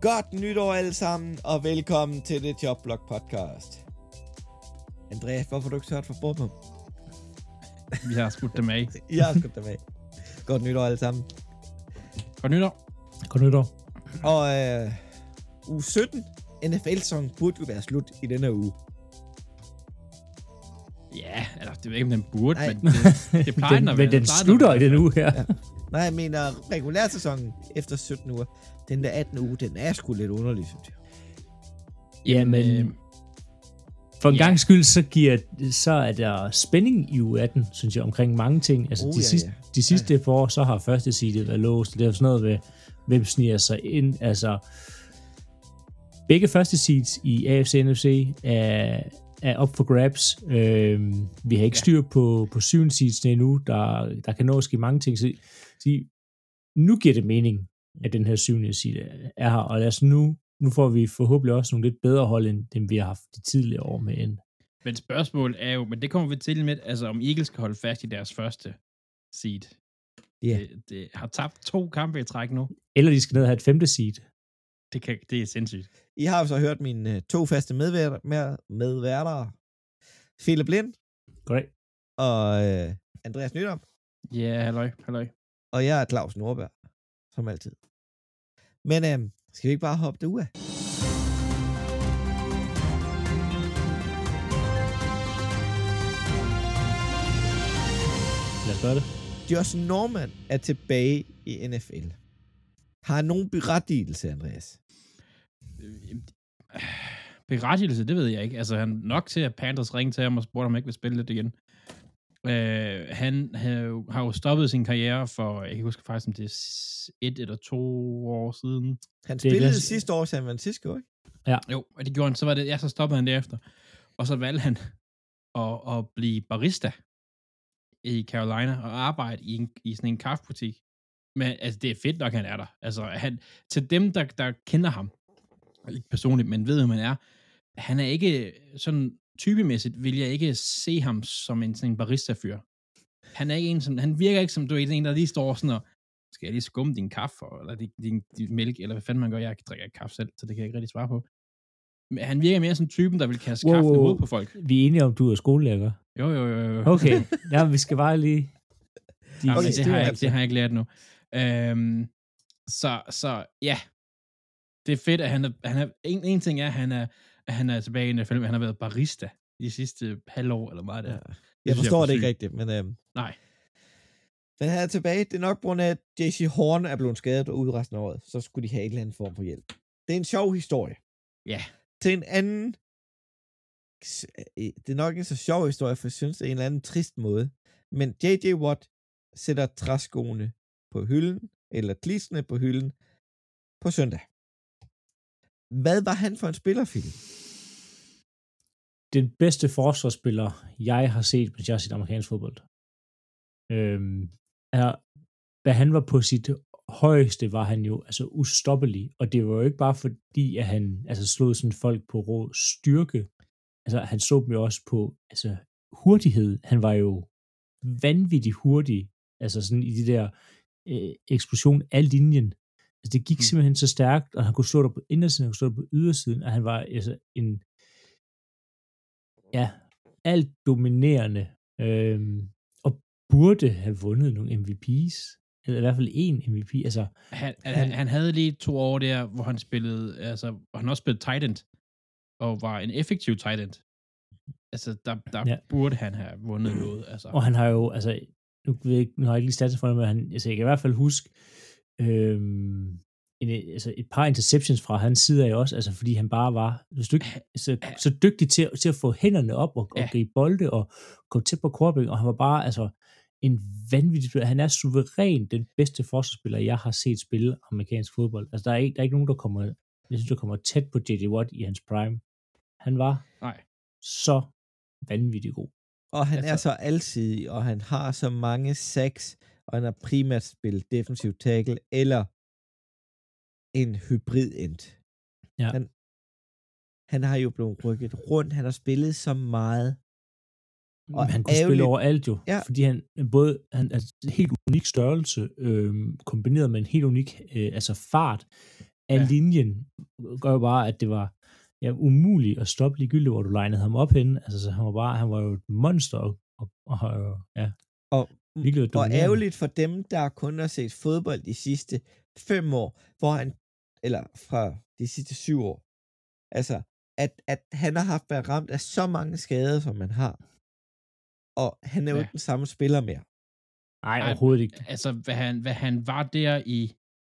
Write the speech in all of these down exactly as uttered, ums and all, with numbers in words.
Godt nytår alle sammen, og velkommen til det Jobblog podcast. Andreas, hvorfor har du ikke hørt fra Borbom? Vi har skudt dem af. Jeg har skudt dem af. Godt nytår alle sammen. Godt nytår. Godt nytår. Og øh, uge sytten, N F L-sæsonen burde jo være slut i denne uge. Ja, altså, det ved ikke, om den burde, Nej. men det, det plejer den at være. Men den slutter i den uge her. Ja. Nej, jeg mener regulærsæsonen efter sytten uger. Den der attende uge, den er sgu lidt underlig, synes jeg. Ja, men øh, for en ja. gang skyld, så, giver, så er der spænding i uge atten, synes jeg, omkring mange ting. Altså Oh, de, ja, sidste, ja. de sidste ja. par år, så har første seedet været låst. Det er sådan noget ved, hvem sniger sig ind. Altså, begge første seeds i A F C og N F C er, er op for grabs. Øhm, vi har ikke styr på, på syvende seedsene endnu. Der, der kan nå at ske mange ting. Så, så nu giver det mening, at den her syvende seed er her. Og lad os nu, nu får vi forhåbentlig også nogle lidt bedre hold, end dem vi har haft de tidligere år med en. Men spørgsmålet er jo, men det kommer vi til med, altså om Eagles skal holde fast i deres første seed. Ja. Det, det har tabt to kampe i træk nu. Eller de skal ned og have et femte seed. Det, kan, det er sindssygt. I har jo så hørt mine uh, to faste medværter, med, medværtere. Philip Lind Godt. og uh, Andreas Nydam. Ja, yeah, halløj, halløj. Og jeg er Claus Nordberg, som altid. Men uh, skal vi ikke bare hoppe derud af? Lad os gøre det. Josh Norman er tilbage i N F L. Har han nogen berettigelse, Andreas? Berettigelse, det ved jeg ikke. Altså, han nok til, at Panthers ringede til ham og spurgte, om han ikke vil spille lidt igen. Uh, han har jo, har jo stoppet sin karriere for, jeg kan huske faktisk, om det er et eller to år siden. Han Det er spillede det- sidste år i San Francisco, ikke? Jo, og det gjorde han. Så var det, ja, så stoppede han derefter. Og så valgte han at, at blive barista i Carolina og arbejde i, en, i sådan en kaffebutik. Men altså, det er fedt nok, han er der. Altså, han, til dem, der, der kender ham, ikke personligt, men ved, hvem han er, han er ikke sådan typemæssigt, vil jeg ikke se ham som en, sådan en barista-fyr. Han er ikke en, som, han virker ikke som, du er en, der lige står sådan og, skal jeg lige skumme din kaffe, eller din, din, din mælk, eller hvad fanden man gør, jeg drikker ikke kaffe selv, så det kan jeg ikke rigtig svare på. Men han virker mere som typen, der vil kaste Wow, kaffe i wow, hovedet på folk. Vi er enige om, du er skolelærer. Jo, jo, jo. jo. Okay, ja, vi skal bare lige... De, Jamen, Okay, det, har jeg, styr. ikke- det har jeg ikke lært nu. Øhm, så, så ja, det er fedt, at han er, han er en, en ting er, at han er, at han er tilbage i N F L, men han har været barista de sidste halvår, eller meget der. Ja. Det Jeg synes forstår er det ikke sygt. rigtigt, men, øhm, Nej. men han er tilbage. Det er nok på grund af, at J C Horn er blevet skadet og ude resten af året. Så skulle de have en eller anden form for hjælp. Det er en sjov historie. Ja. Til en anden... Det er nok ikke så sjov historie, for jeg synes, det er en eller anden trist måde. Men J J Watt sætter træskoene på hylden, eller klistene på hylden, på søndag. Hvad var han for en spiller, Philip? Den bedste forsvarsspiller, jeg har set, hvis jeg har set amerikansk fodbold. Øhm, er, da han var på sit højeste, var han jo altså ustoppelig, og det var jo ikke bare fordi, at han altså slog sådan folk på rå styrke. Altså, han så dem jo også på altså, hurtighed. Han var jo vanvittigt hurtig, altså sådan i de der øh, eksplosion af linjen. Altså, det gik Mm. simpelthen så stærkt, og han kunne slå dig på indersiden, han kunne slå dig på ydersiden, og han var altså en ja, alt dominerende, øhm, og burde have vundet nogle M V P's, eller i hvert fald en M V P, altså, Han, han, han havde lige to år der, hvor han spillede, altså, hvor han også spillede tight end, og var en effektiv tight end. Altså, der, der Ja. ja. burde han have vundet noget, altså. og han har jo, altså, nu, ved jeg, ikke- nu har jeg ikke lige stats for det, men han, altså, jeg kan i hvert fald huske, øhm, en, altså, et par interceptions fra hans side af også, altså, fordi han bare var så, dyg, så, så dygtig til, til at få hænderne op og, og Ja. gribe bolde og gå tæt på quarterback, og han var bare, altså, en vanvittig spiller. Han er suveræn den bedste forsvarsspiller, jeg har set spille amerikansk fodbold. Altså, der er ikke, der er ikke nogen, der kommer, jeg synes, der kommer tæt på J J Watt i hans prime. Han var Nej. så vanvittigt god. Og han Altså- er så alsidig, og han har så mange sacks, og han har primært spillet defensiv tackle, eller en hybrid end. Ja. Han, han har jo blevet rykket rundt, han har spillet så meget. Og Men han kunne ærgerligt- spille overalt jo, Ja. fordi han både han er en helt unik størrelse, øh, kombineret med en helt unik øh, altså fart. af Ja. linjen gør jo bare, at det var ja, umuligt at stoppe ligegyldigt, hvor du legnede ham op henne. Altså, så han var bare, han var jo et monster, og, og, og ja, Og, virkelig og dominerende. ærgerligt for dem, der kun har set fodbold de sidste fem år, hvor han, eller fra de sidste syv år, altså, at, at han har haft været ramt af så mange skader, som man har. Og han er jo Ja. ikke den samme spiller mere. Nej, Ej, overhovedet ikke. Altså, hvad han, hvad han var der i,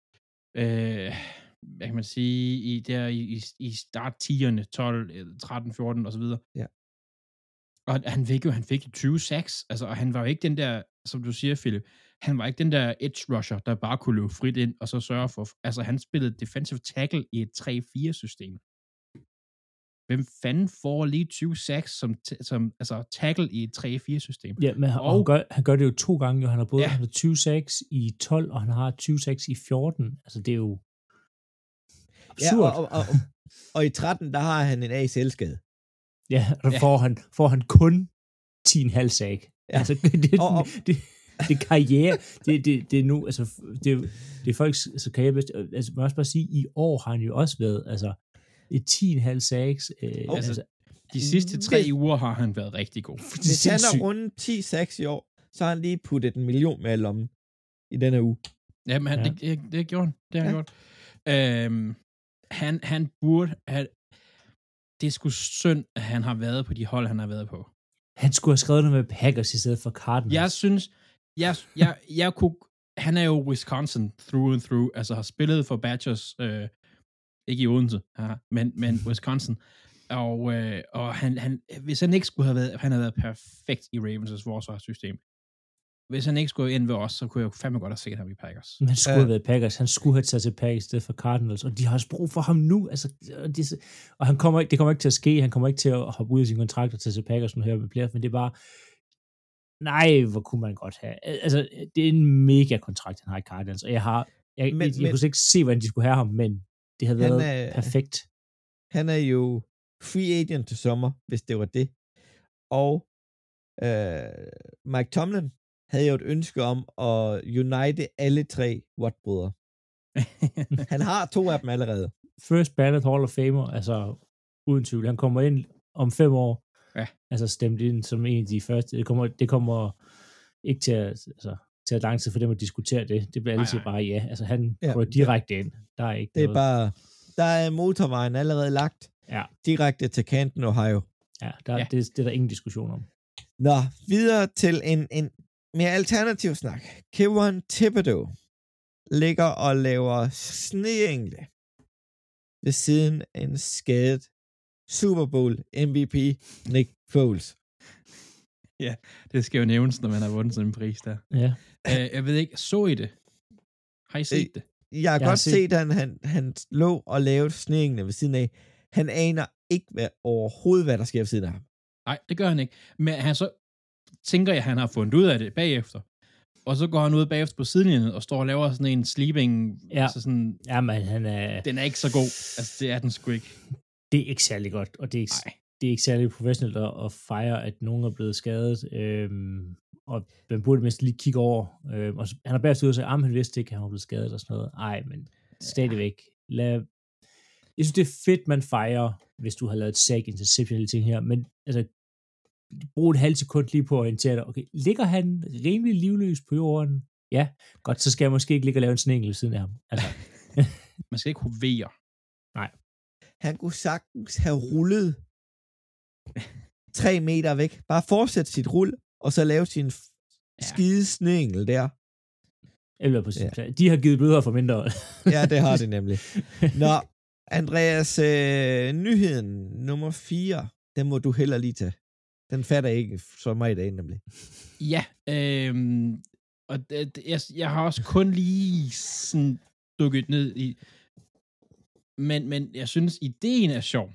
øh, hvad kan man sige, i, der i, i, i start tierne, tolv, tretten, fjorten og så videre. Ja. Og han fik jo, han fik jo tyve sacks, altså, og han var jo ikke den der, som du siger, Philip, han var ikke den der edge rusher, der bare kunne løbe frit ind, og så sørge for, altså, han spillede defensive tackle i et tre fire system. Hvem fanden får lige tyve sacks som, som altså, tackle i et tre fire system? Ja, men han, Og- og han, gør, han gør det jo to gange. Jo. Han har både Ja. ja. han har tyve seks i tolv, og han har tyve seks i fjorten. Altså, det er jo Ja, absurd. og, og, og, og i tretten, der har han en A C L-skade. Ja, og der Ja. får, han, får han kun ti komma fem sag. Ja. Altså, det, Og- og- det, det er karriere. Det, det, det er nu, altså, det, er- det er folks altså, karriere bedst. Altså, man må også bare sige, i år har han jo også været, altså, et ti komma fem sags. Øh, Og- altså, De sidste tre Hvis- uger har han været rigtig god. det er Hvis han har sindssygt. rundet ti sacks i år, så har han lige puttet en million med i lommen i denne uge. Ja, men han, Ja. det, det, det gjorde han. Det har han Ja. gjort. Øhm, han, han burde have... Det er sgu synd, at han har været på de hold, han har været på. Han skulle have skrevet noget med Packers i stedet for Cardinals. Jeg synes... Jeg, jeg, jeg kunne... Han er jo Wisconsin through and through. Altså har spillet for Badgers. Øh, ikke i Odense, haha, men, men Wisconsin. Og, øh, og han, han, hvis han ikke skulle have været... Han havde været perfekt i Ravens' forsvarssystem. Hvis han ikke skulle ind ved os, så kunne jeg jo fandme godt have set ham i Packers. Men han skulle Ja. have været Packers. Han skulle have taget til Packers i stedet for Cardinals, og de har også brug for ham nu. Altså, og, de, og han kommer ikke, det kommer ikke til at ske. Han kommer ikke til at hoppe ud af sin kontrakt og tage til Packers nu her med playoff, men det er bare, nej, hvor kunne man godt have. Altså, det er en mega kontrakt, han har i Cardinals, og jeg har, jeg, Men- men, jeg, jeg men- kunne slet ikke se, hvordan de skulle have ham, men det havde Han været er- perfekt. Han er jo free agent til sommer, hvis det var det. Og øh, Mike Tomlin havde jo et ønske om at unite alle tre Watt-brødre. Han har to af dem allerede. First ballot Hall of Famer, altså uden tvivl. Han kommer ind om fem år, Ja. altså stemt ind som en af de første. Det kommer, det kommer ikke til at, altså, til at lang tid for dem at diskutere det. Det bliver Nej, altid nej. bare ja. Altså han Ja, går direkte ind. Der er ikke Det er noget. bare, der er motorvejen allerede lagt Ja, direkte til Canton, Ohio. ja, der, Ja. ja. Det, det er der ingen diskussion om. Nå, videre til en, en mere alternativ snak. Kevin Thibodeau ligger og laver sneengle ved siden af en skadet Super Bowl M V P Nick Foles. Det skal jo nævnes, når man har vundet sådan en pris der. Ja. Uh, jeg ved ikke, så I det? Har I set det? Jeg har Jeg har godt set- set, at han, han, han lå og lavede sneengle ved siden af. Han aner ikke hvad, overhovedet, hvad der sker ved siden af ham. Nej, det gør han ikke. Men han så tænker jeg, at han har fundet ud af det bagefter. Og så går han ud bagefter på sidelinjen og står og laver sådan en sleeping. Ja. Altså sådan, Ja, men han er, den er ikke så god. Altså, det er den sgu ikke. det er ikke særlig godt, og det er ikke, Nej. det er ikke særlig professionelt at, at fejre, at nogen er blevet skadet. Øhm, og man burde mindst lige kigge over. Øhm, og så- han har bagefter ud og sagt, at han vidste ikke, at han var blevet skadet og sådan noget. Ej, men stadigvæk. Lad, jeg synes, det er fedt, man fejrer, hvis du har lavet et sack, interception eller ting her, men altså, brug et halvt sekund lige på at orientere dig. Okay, ligger han rimelig livløs på jorden? Ja, godt, så skal jeg måske ikke ligge og lave en snegel ved siden af ham. Altså, Man skal ikke hovere. Han kunne sagtens have rullet tre meter væk. Bare fortsætte sit rull, og så lave sin f- Ja. skide snengel der. eller på sin Ja. plads. De har givet bøder for mindre. Ja, det har det nemlig. Nå, Andreas, øh, nyheden nummer fire, den må du heller lige tage. Den fatter jeg ikke så meget i dag, nemlig. Ja, øhm, og det, det- jeg, jeg har også kun lige sådan dukket ned i, men, men jeg synes, ideen er sjov.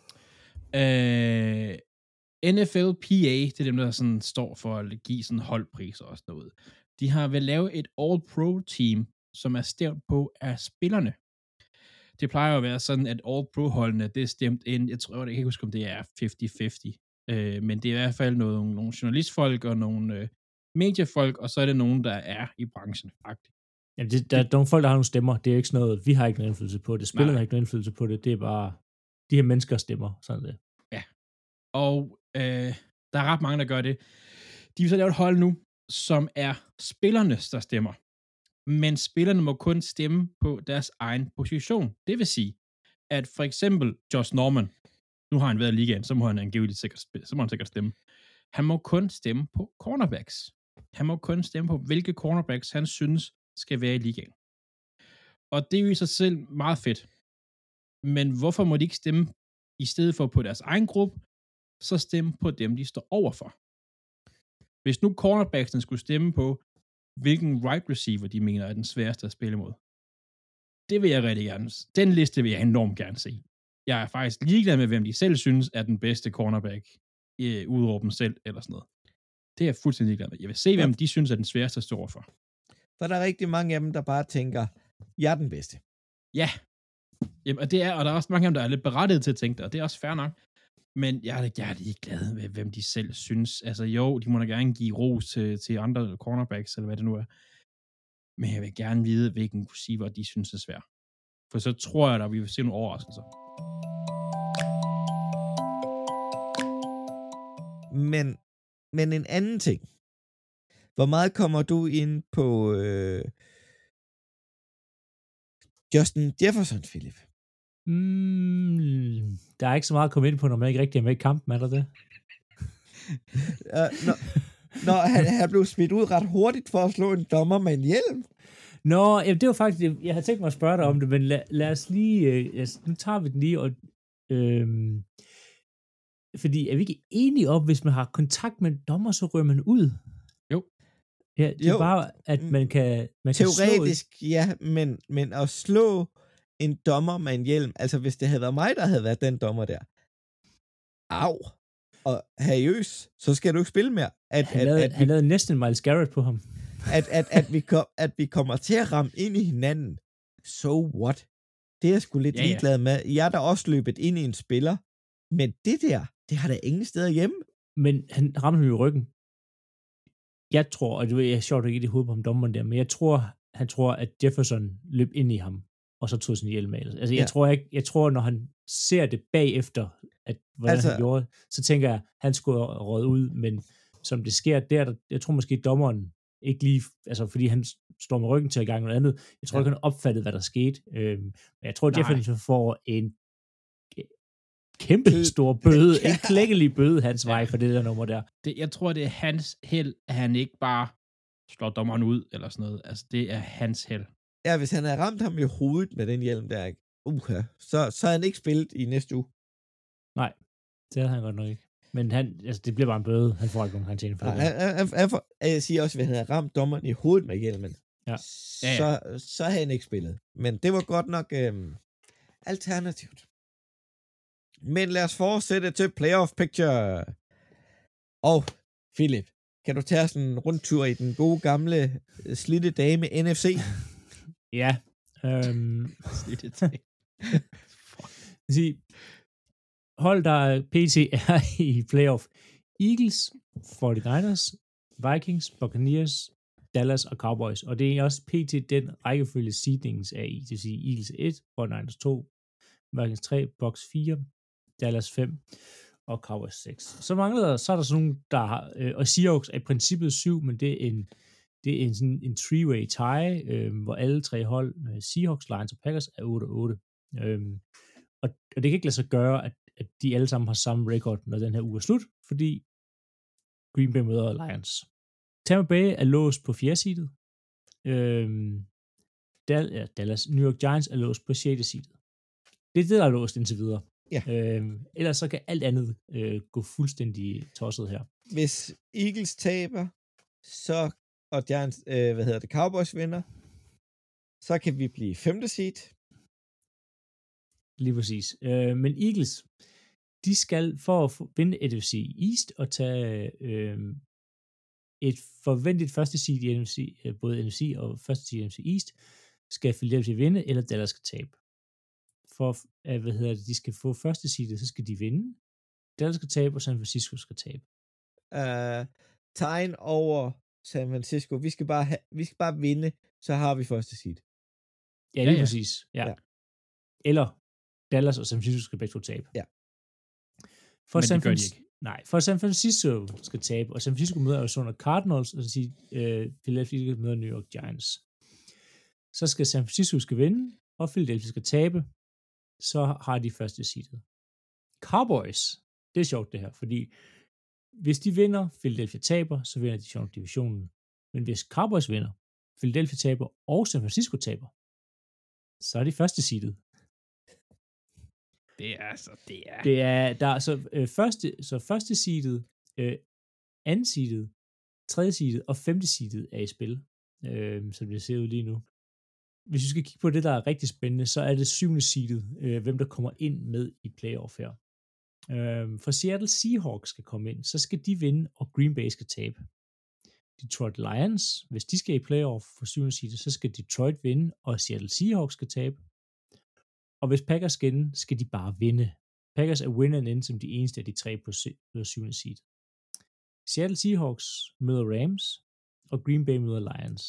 Øh, N F L P A, det er dem, der sådan står for at give sådan holdpriser og sådan noget. De har vel lavet et All-Pro-team, som er stemt på af spillerne. Det plejer jo at være sådan, at All-Pro-holdene, det er stemt ind, jeg tror, jeg kan ikke huske, om det er halvtreds halvtreds. Øh, men det er i hvert fald nogle, nogle journalistfolk og nogle øh, mediefolk, og så er det nogen, der er i branchen, faktisk. Jamen, det, der er nogle folk, der har nogle stemmer. Det er jo ikke sådan noget, vi har ikke nogen indflydelse på det. Spillerne har ikke nogen indflydelse på det. Det er bare de her mennesker stemmer. Sådan det. Ja. Og øh, der er ret mange, der gør det. De vil så lave et hold nu, som er spillernes, der stemmer. Men spillerne må kun stemme på deres egen position. Det vil sige, at for eksempel Josh Norman, nu har han været i ligaen, så må han angiveligt sikkert, så må han sikkert stemme. Han må kun stemme på cornerbacks. Han må kun stemme på, hvilke cornerbacks han synes skal være i ligaen. Og det er jo i sig selv meget fedt. Men hvorfor må de ikke stemme i stedet for på deres egen gruppe, så stemme på dem, de står overfor? Hvis nu cornerbacksene skulle stemme på, hvilken right receiver de mener er den sværeste at spille mod, det vil jeg rigtig gerne. Den liste vil jeg enormt gerne se. Jeg er faktisk ligeglad med, hvem de selv synes er den bedste cornerback, øh, udover dem selv eller sådan noget. Det er jeg fuldstændig ligeglad med. Jeg vil se, hvem de synes er den sværeste at stå overfor. For der er rigtig mange af dem, der bare tænker, jeg er den bedste. Ja. Jamen, og, det er, og der er også mange af dem, der er lidt berettiget til at tænke det, og det er også fair nok. Men jeg er, jeg er ligeglad med, hvem de selv synes. Altså jo, de må da gerne give ros til, til andre cornerbacks, eller hvad det nu er. Men jeg vil gerne vide, hvilken receiver de synes er svær. For så tror jeg, at vi vil se nogle overraskelser. Men, men en anden ting. Hvor meget kommer du ind på øh, Justin Jefferson, Philip? Mm, der er ikke så meget at komme ind på, når man ikke rigtig er med i kampen, er der det? uh, når, når han, han blev smidt ud ret hurtigt for at slå en dommer med en hjelm. Nå, jamen, det var faktisk, jeg havde tænkt mig at spørge dig om det, men lad, lad os lige, øh, altså, nu tager vi den lige, og, øh, fordi er vi ikke enige om, hvis man har kontakt med en dommer, så rører man ud? Jo. Ja, det er jo. Bare, at man kan, man teoretisk, kan slå... ja, men, men at slå en dommer med en hjelm, altså hvis det havde været mig, der havde været den dommer der, au, og seriøs, så skal du ikke spille mere. At, han, lavede, at, at han vi, lavede næsten Myles Garrett på ham. At, at, at, vi kom, at vi kommer til at ramme ind i hinanden, so what? Det er jeg sgu lidt ja, ligeglad med. Jeg er da også løbet ind i en spiller, men det der, det har der ingen steder hjemme. Men han ramte ham i ryggen. Jeg tror, og det er sjovt ikke i det hoved på ham dommeren der, men jeg tror, han tror, at Jefferson løb ind i ham, og så tog sin hjelm af. Altså, jeg ja. tror ikke, jeg tror, når han ser det bagefter, at hvordan altså, han gjorde, så tænker jeg, han skulle råde ud, men som det sker der, der, jeg tror måske dommeren ikke lige, altså fordi han står med ryggen til at gange noget andet, jeg tror ja. ikke, han opfattede, hvad der skete. Øhm, men jeg tror, at Jefferson får en kæmpe stor bøde, ja. en klækkelig bøde hans vej for det der nummer der. Det, jeg tror, det er hans held, at han ikke bare slår dommeren ud, eller sådan noget. Altså, det er hans held. Ja, hvis han havde ramt ham i hovedet med den hjelm der, uh, så, så havde han ikke spillet i næste uge. Nej, det havde han godt nok ikke. Men han, altså, det bliver bare en bøde. Han får ikke nogen karantæne for det. Nej, han, han, han får, jeg siger også, at hvis han havde ramt dommeren i hovedet med hjelmen, ja. Så, så havde han ikke spillet. Men det var godt nok øhm, alternativt. Men lad os fortsætte til playoff picture. Og Philip, kan du tage sådan en rundtur i den gode gamle slidte dame N F C? Ja. Øhm, slidte dame. Hold der P T er i playoff. Eagles, forty-niners, Vikings, Buccaneers, Dallas og Cowboys. Og det er også P T den rækkefølge seedings er i. Det vil sige Eagles et, forty-niners to, Vikings tre, Bucks fire, Dallas fem og Cowboys seks. Så mangler der, så er der sådan nogle, der har, øh, og Seahawks er i princippet syv, men det er en, det er en, sådan en three-way tie, øh, hvor alle tre hold, øh, Seahawks, Lions og Packers, er otte og otte. Øh, og, og det kan ikke lade sig gøre, at, at de alle sammen har samme record, når den her uge er slut, fordi Green Bay møder Lions. Tampa Bay er låst på fjerde seedet. Øh, Dallas, New York Giants er låst på sjette seedet. Det er det, der er låst indtil videre. Ja. Øhm, ellers så kan alt andet øh, gå fuldstændig tosset her. Hvis Eagles taber, så, og Giants, øh, hvad hedder det, Cowboys vinder, så kan vi blive femte seed. Lige præcis. Øh, men Eagles, de skal for at vinde N F C East og tage øh, et forventet første seed i N F C, øh, både N F C og første seed i N F C East, skal Philadelphia vinde, eller Dallas skal tabe. For, uh, hvad hedder det, de skal få første seedet, så skal de vinde. Dallas skal tabe, og San Francisco skal tabe. Uh, tegn over San Francisco, vi skal bare, have, vi skal bare vinde, så har vi første seed. Ja, lige Ja, ja. præcis. Ja. Ja. Eller Dallas og San Francisco skal begge to tabe. Ja. For Men San det gør de Fran- ikke. Nej, for San Francisco skal tabe, og San Francisco møder Arizona Cardinals, og så siger øh, Philadelphia møder New York Giants. Så skal San Francisco skal vinde, og Philadelphia skal tabe, så har de første seedet. Cowboys, det er sjovt det her, fordi hvis de vinder, Philadelphia taber, så vinder de sjovt divisionen. Men hvis Cowboys vinder, Philadelphia taber, og San Francisco taber, så er de første seedet. Det er altså, det er... Det er, der er så, øh, første, så første seedet, øh, anden seedet, tredje seedet og femte seedet er i spil, øh, som det ser ud lige nu. Hvis vi skal kigge på det, der er rigtig spændende, så er det syvende seedet, øh, hvem der kommer ind med i playoff her. Øh, for Seattle Seahawks skal komme ind, så skal de vinde, og Green Bay skal tabe. Detroit Lions, hvis de skal i playoff for syvende seedet, så skal Detroit vinde, og Seattle Seahawks skal tabe. Og hvis Packers skal inde, skal de bare vinde. Packers er win and end som de eneste af de tre på syvende seed. Seattle Seahawks møder Rams, og Green Bay møder Lions.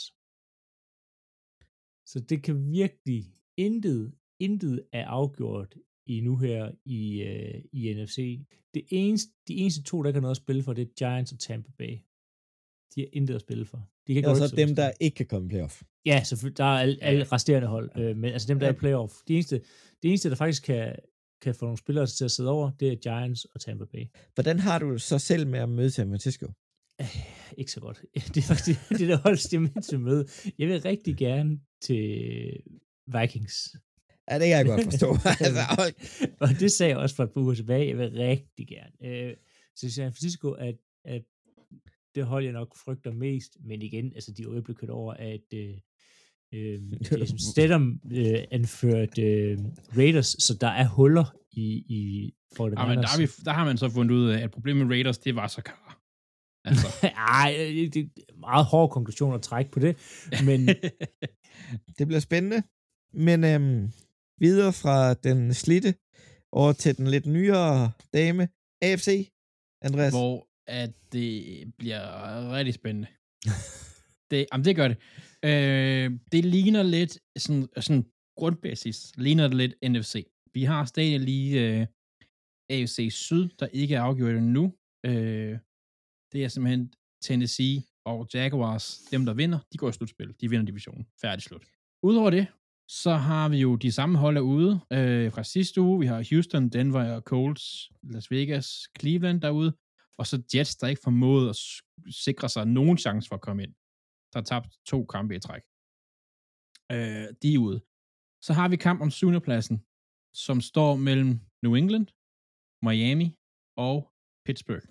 Så det kan virkelig intet, intet er afgjort i nu her i, uh, i N F C. Det eneste, de eneste to, der ikke har noget at spille for, det er Giants og Tampa Bay. De har intet at spille for. De kan Og så dem, der ikke kan komme i playoff. Ja, selvfølgelig. Der er alle, alle resterende hold. Øh, men altså dem, der er i playoff. Det eneste, det eneste, der faktisk kan, kan få nogle spillere til at sidde over, det er Giants og Tampa Bay. Hvordan har du så selv med at møde San Francisco? Øh, ikke så godt. Det er faktisk det, der holdes det med til møde. Jeg vil rigtig gerne til Vikings. Ja, det kan jeg godt forstå. altså, hold. Og det sagde jeg også for et par uger tilbage. Jeg vil rigtig gerne. Øh, så San Francisco er, er det hold, jeg nok frygter mest, men igen, altså de er jo blevet kørt over af et øh, øh, Jason Statham øh, anført øh, Raiders, så der er huller i, i for det. Ja, men der, har vi, der har man så fundet ud af, at problemet med Raiders, det var så klar. Altså. Ej, det er meget hård konklusion at trække på det, men det bliver spændende. Men øhm, videre fra den slitte over til den lidt nyere dame, A F C, Andreas. Hvor at det bliver rigtig spændende. det, jamen, det gør det. Øh, det ligner lidt, sådan, sådan grundbasis, ligner det lidt N F C. Vi har stadig lige øh, A F C Syd, der ikke er afgjort endnu. Øh, det er simpelthen Tennessee og Jaguars, dem der vinder, de går i slutspil. De vinder divisionen. Færdig slut. Udover det, så har vi jo de samme hold derude øh, fra sidste uge. Vi har Houston, Denver og Colts, Las Vegas, Cleveland derude. Og så Jets, der ikke formåede at sikre sig nogen chance for at komme ind. Der har tabt to kampe i træk. Øh, de er ude. Så har vi kamp om syvende pladsen, som står mellem New England, Miami og Pittsburgh.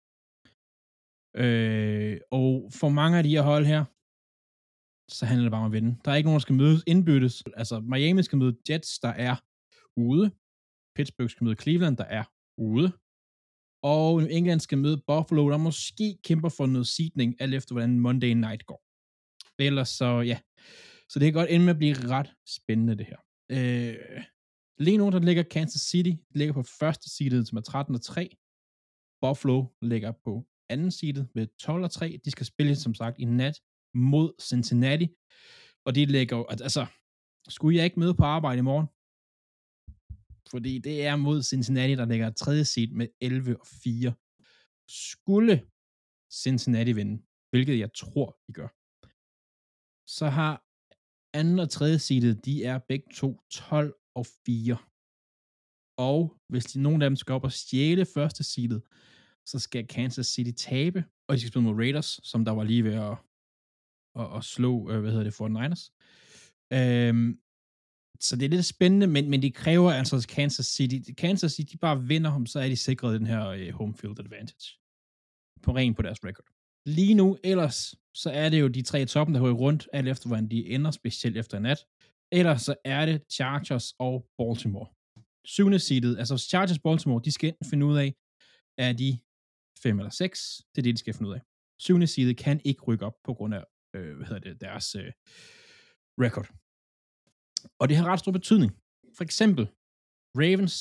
Øh, og for mange af de her hold her, så handler det bare om at vinde. Der er ikke nogen, der skal mødes indbyttes. Altså, Miami skal møde Jets, der er ude. Pittsburgh skal møde Cleveland, der er ude. Og New England skal møde Buffalo, der måske kæmper for noget seedning, alt efter hvordan Monday Night går. Ellers så, ja. Så det kan godt ende med at blive ret spændende, det her. Øh, lige nu, der ligger Kansas City, ligger på første seedet, som er tretten og tre. Buffalo ligger på anden seedet med tolv og tre. De skal spille, som sagt, i nat mod Cincinnati. Og de ligger jo, altså, skulle jeg ikke møde på arbejde i morgen? Fordi det er mod Cincinnati, der ligger tredje seed med elleve og fire. Skulle Cincinnati vinde, hvilket jeg tror, de gør, så har anden og tredje seedet, de er begge to tolv og fire. Og hvis de, nogen af dem skal op og stjæle første seedet, så skal Kansas City tabe, og de skal spille mod Raiders, som der var lige ved at, at, at slå, hvad hedder det, forty-niners. Øhm, Så det er lidt spændende, men, men det kræver altså Kansas City. Kansas City bare vinder ham, så er de sikret den her uh, home field advantage. På ren på deres record. Lige nu ellers, så er det jo de tre toppen, der går rundt, alt efter hvordan de ender, specielt efter nat. Ellers så er det Chargers og Baltimore. Syvende seedet, altså Chargers og Baltimore, de skal enten finde ud af, er de fem eller seks? Det er det, de skal finde ud af. Syvende seedet kan ikke rykke op på grund af, øh, hvad hedder det, deres øh, record. Og det har ret stor betydning. For eksempel, Ravens,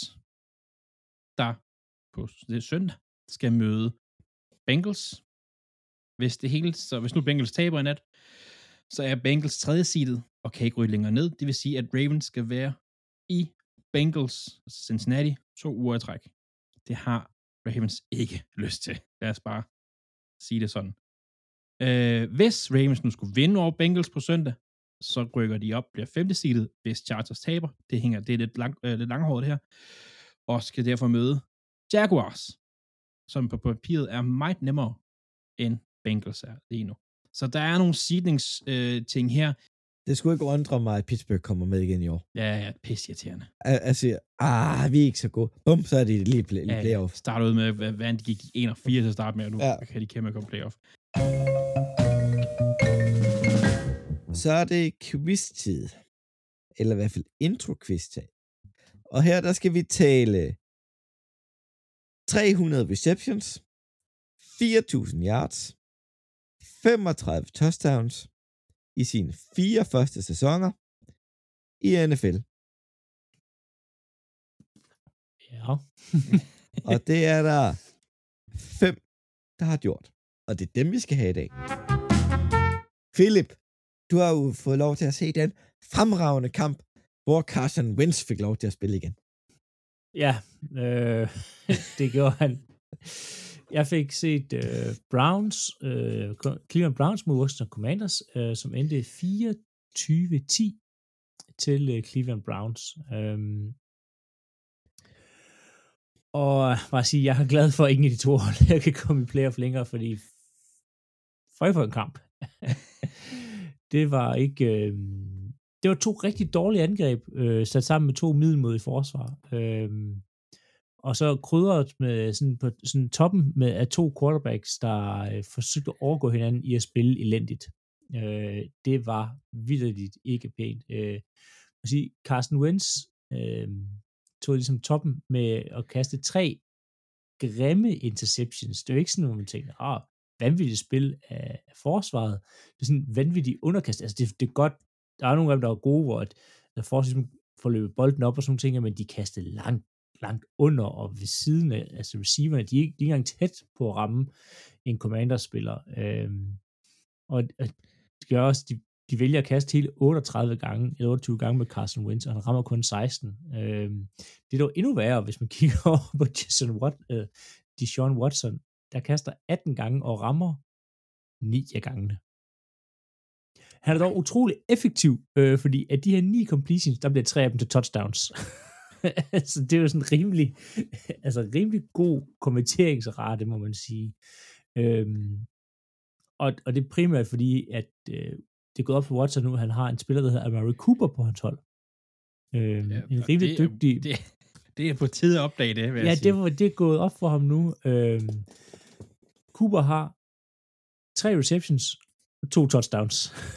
der på det søndag skal møde Bengals. hvis det hele, så hvis nu Bengals taber i nat, så er Bengals tredje seedet, og kan ikke ryge længere ned. Det vil sige, at Ravens skal være i Bengals, altså Cincinnati, to uger i træk. Det har Ravens ikke lyst til. Lad os bare sige det sådan. Øh, hvis Ravens nu skulle vinde over Bengals på søndag, så rykker de op, bliver femte seedet, hvis Chargers taber. Det hænger, det er lidt, lang, øh, lidt langhåret det her. Og skal derfor møde Jaguars, som på papiret er meget nemmere end Bengals er lige nu. Så der er nogle seedings-ting øh, her. Det skulle ikke undre mig, at Pittsburgh kommer med igen i år. Ja, ja, pisse irriterende. Altså, ah, vi er ikke så gode. Bum, så er de lige i ja, playoff. Starter ud med, hvad de gik en og fire til at starte med, og nu ja. kan de kæmpe at komme playoff. Så er det quiz-tid. Eller i hvert fald intro-quiz-tid. Og her, der skal vi tale tre hundrede receptions, fire tusind yards, femogtredive touchdowns i sine fire første sæsoner i N F L. Ja. Og det er der fem, der har gjort. Og det er dem, vi skal have i dag. Philip, du har jo fået lov til at se den fremragende kamp, hvor Carson Wentz fik lov til at spille igen. Ja, øh, det gjorde han. Jeg fik set øh, Browns, øh, Cleveland Browns mod Washington Commanders, øh, som endte fireogtyve ti til øh, Cleveland Browns. Øhm, og bare sige, jeg er glad for, at ingen af de to hold jeg kan komme i playoff længere, fordi føj for en kamp. Det var ikke... Øh, det var to rigtig dårlige angreb, øh, sat sammen med to middelmodige forsvar. Øh, og så krydret med sådan på sådan toppen med af to quarterbacks, der øh, forsøgte at overgå hinanden i at spille elendigt. Øh, det var vitterligt ikke pænt. Øh, at sige, Carson Wentz øh, tog ligesom toppen med at kaste tre grimme interceptions. Det er jo ikke sådan, at man tænker, ah, vanvittigt spil af, af forsvaret. Det er sådan vanvittigt underkast. Altså det, det er godt. Der er nogle af dem, der er gode, hvor at, at forsvaret får løbet bolden op og sådan nogle ting, men de kastede langt langt under og ved siden af, altså receiverne, de er ikke, de er ikke engang tæt på at ramme en commander-spiller. Øhm, og, og det gør også, de, de vælger at kaste hele otteogtredive gange, eller otteogtyve gange med Carson Wentz, og han rammer kun seksten. Øhm, det er dog endnu værre, hvis man kigger over på Jason Watt, øh, Deshaun Watson, der kaster atten gange og rammer ni af gangene. Han er dog utrolig effektiv, øh, fordi af de her ni completions, der bliver tre af dem til touchdowns. Så det er jo sådan rimelig, altså rimelig god kommenteringsrate, må man sige. Øhm, og, og det er primært fordi, at øh, det er gået op for Watson nu, at han har en spiller, der hedder Amari Cooper på hans hold. Øhm, ja, en rimelig det, dygtig... Det, det er på tide at opdage det, vil ja, jeg sige. det, var, det er gået op for ham nu. Øhm, Cooper har tre receptions og to touchdowns.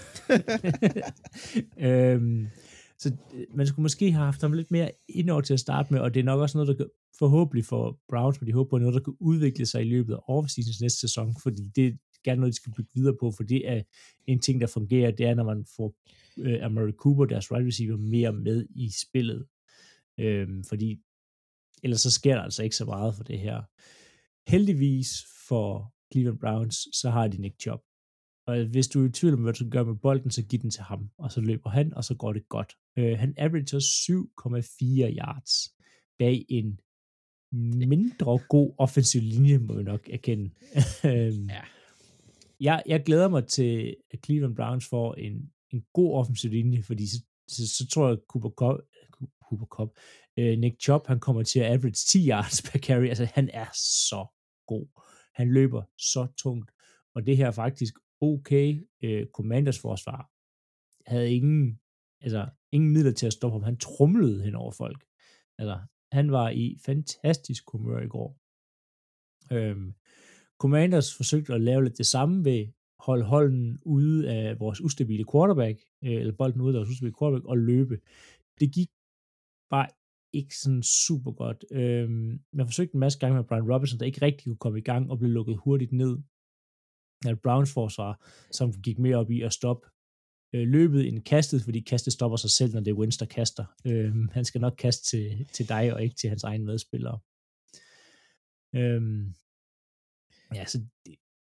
øhm, Så man skulle måske have haft ham lidt mere indover til at starte med, og det er nok også noget, der kan, forhåbentlig for Browns, men de håber på noget, der kan udvikle sig i løbet af off-seasons næste sæson, fordi det er gerne noget, de skal bygge videre på, for det er en ting, der fungerer, det er, når man får øh, Amari Cooper, deres wide receiver, mere med i spillet. Øhm, fordi ellers så sker der altså ikke så meget for det her. Heldigvis for Cleveland Browns, så har de Nick Chubb. Og hvis du er i tvivl om, hvad du skal gøre med bolden, så giv den til ham. Og så løber han, og så går det godt. Øh, han averager syv komma fire yards bag en mindre god offensiv linje, må vi nok erkende. ja. jeg, jeg glæder mig til, at Cleveland Browns får en, en god offensiv linje, fordi så, så, så tror jeg, Cooper Cup, Cooper Cup øh, Nick Chubb, han kommer til at average ti yards per carry. Altså, han er så god. Han løber så tungt. Og det her er faktisk okay. Øh, Commanders forsvar havde ingen, altså, ingen midler til at stoppe ham. Han trumlede hen over folk. Altså, han var i fantastisk humør i går. Øhm, Commanders forsøgte at lave lidt det samme ved at holde holden ude af vores ustabile quarterback, øh, eller bolden ude af vores ustabile quarterback, og løbe. Det gik bare ikke sådan super godt. Øhm, man forsøgte en masse gange med Brian Robinson, der ikke rigtig kunne komme i gang og blev lukket hurtigt ned. At Browns forsvar, som gik mere op i at stoppe øh, løbet end kastet, fordi kastet stopper sig selv, når det er Wentz, der kaster. Øh, han skal nok kaste til, til dig, og ikke til hans egen medspillere. Øh, ja, så det,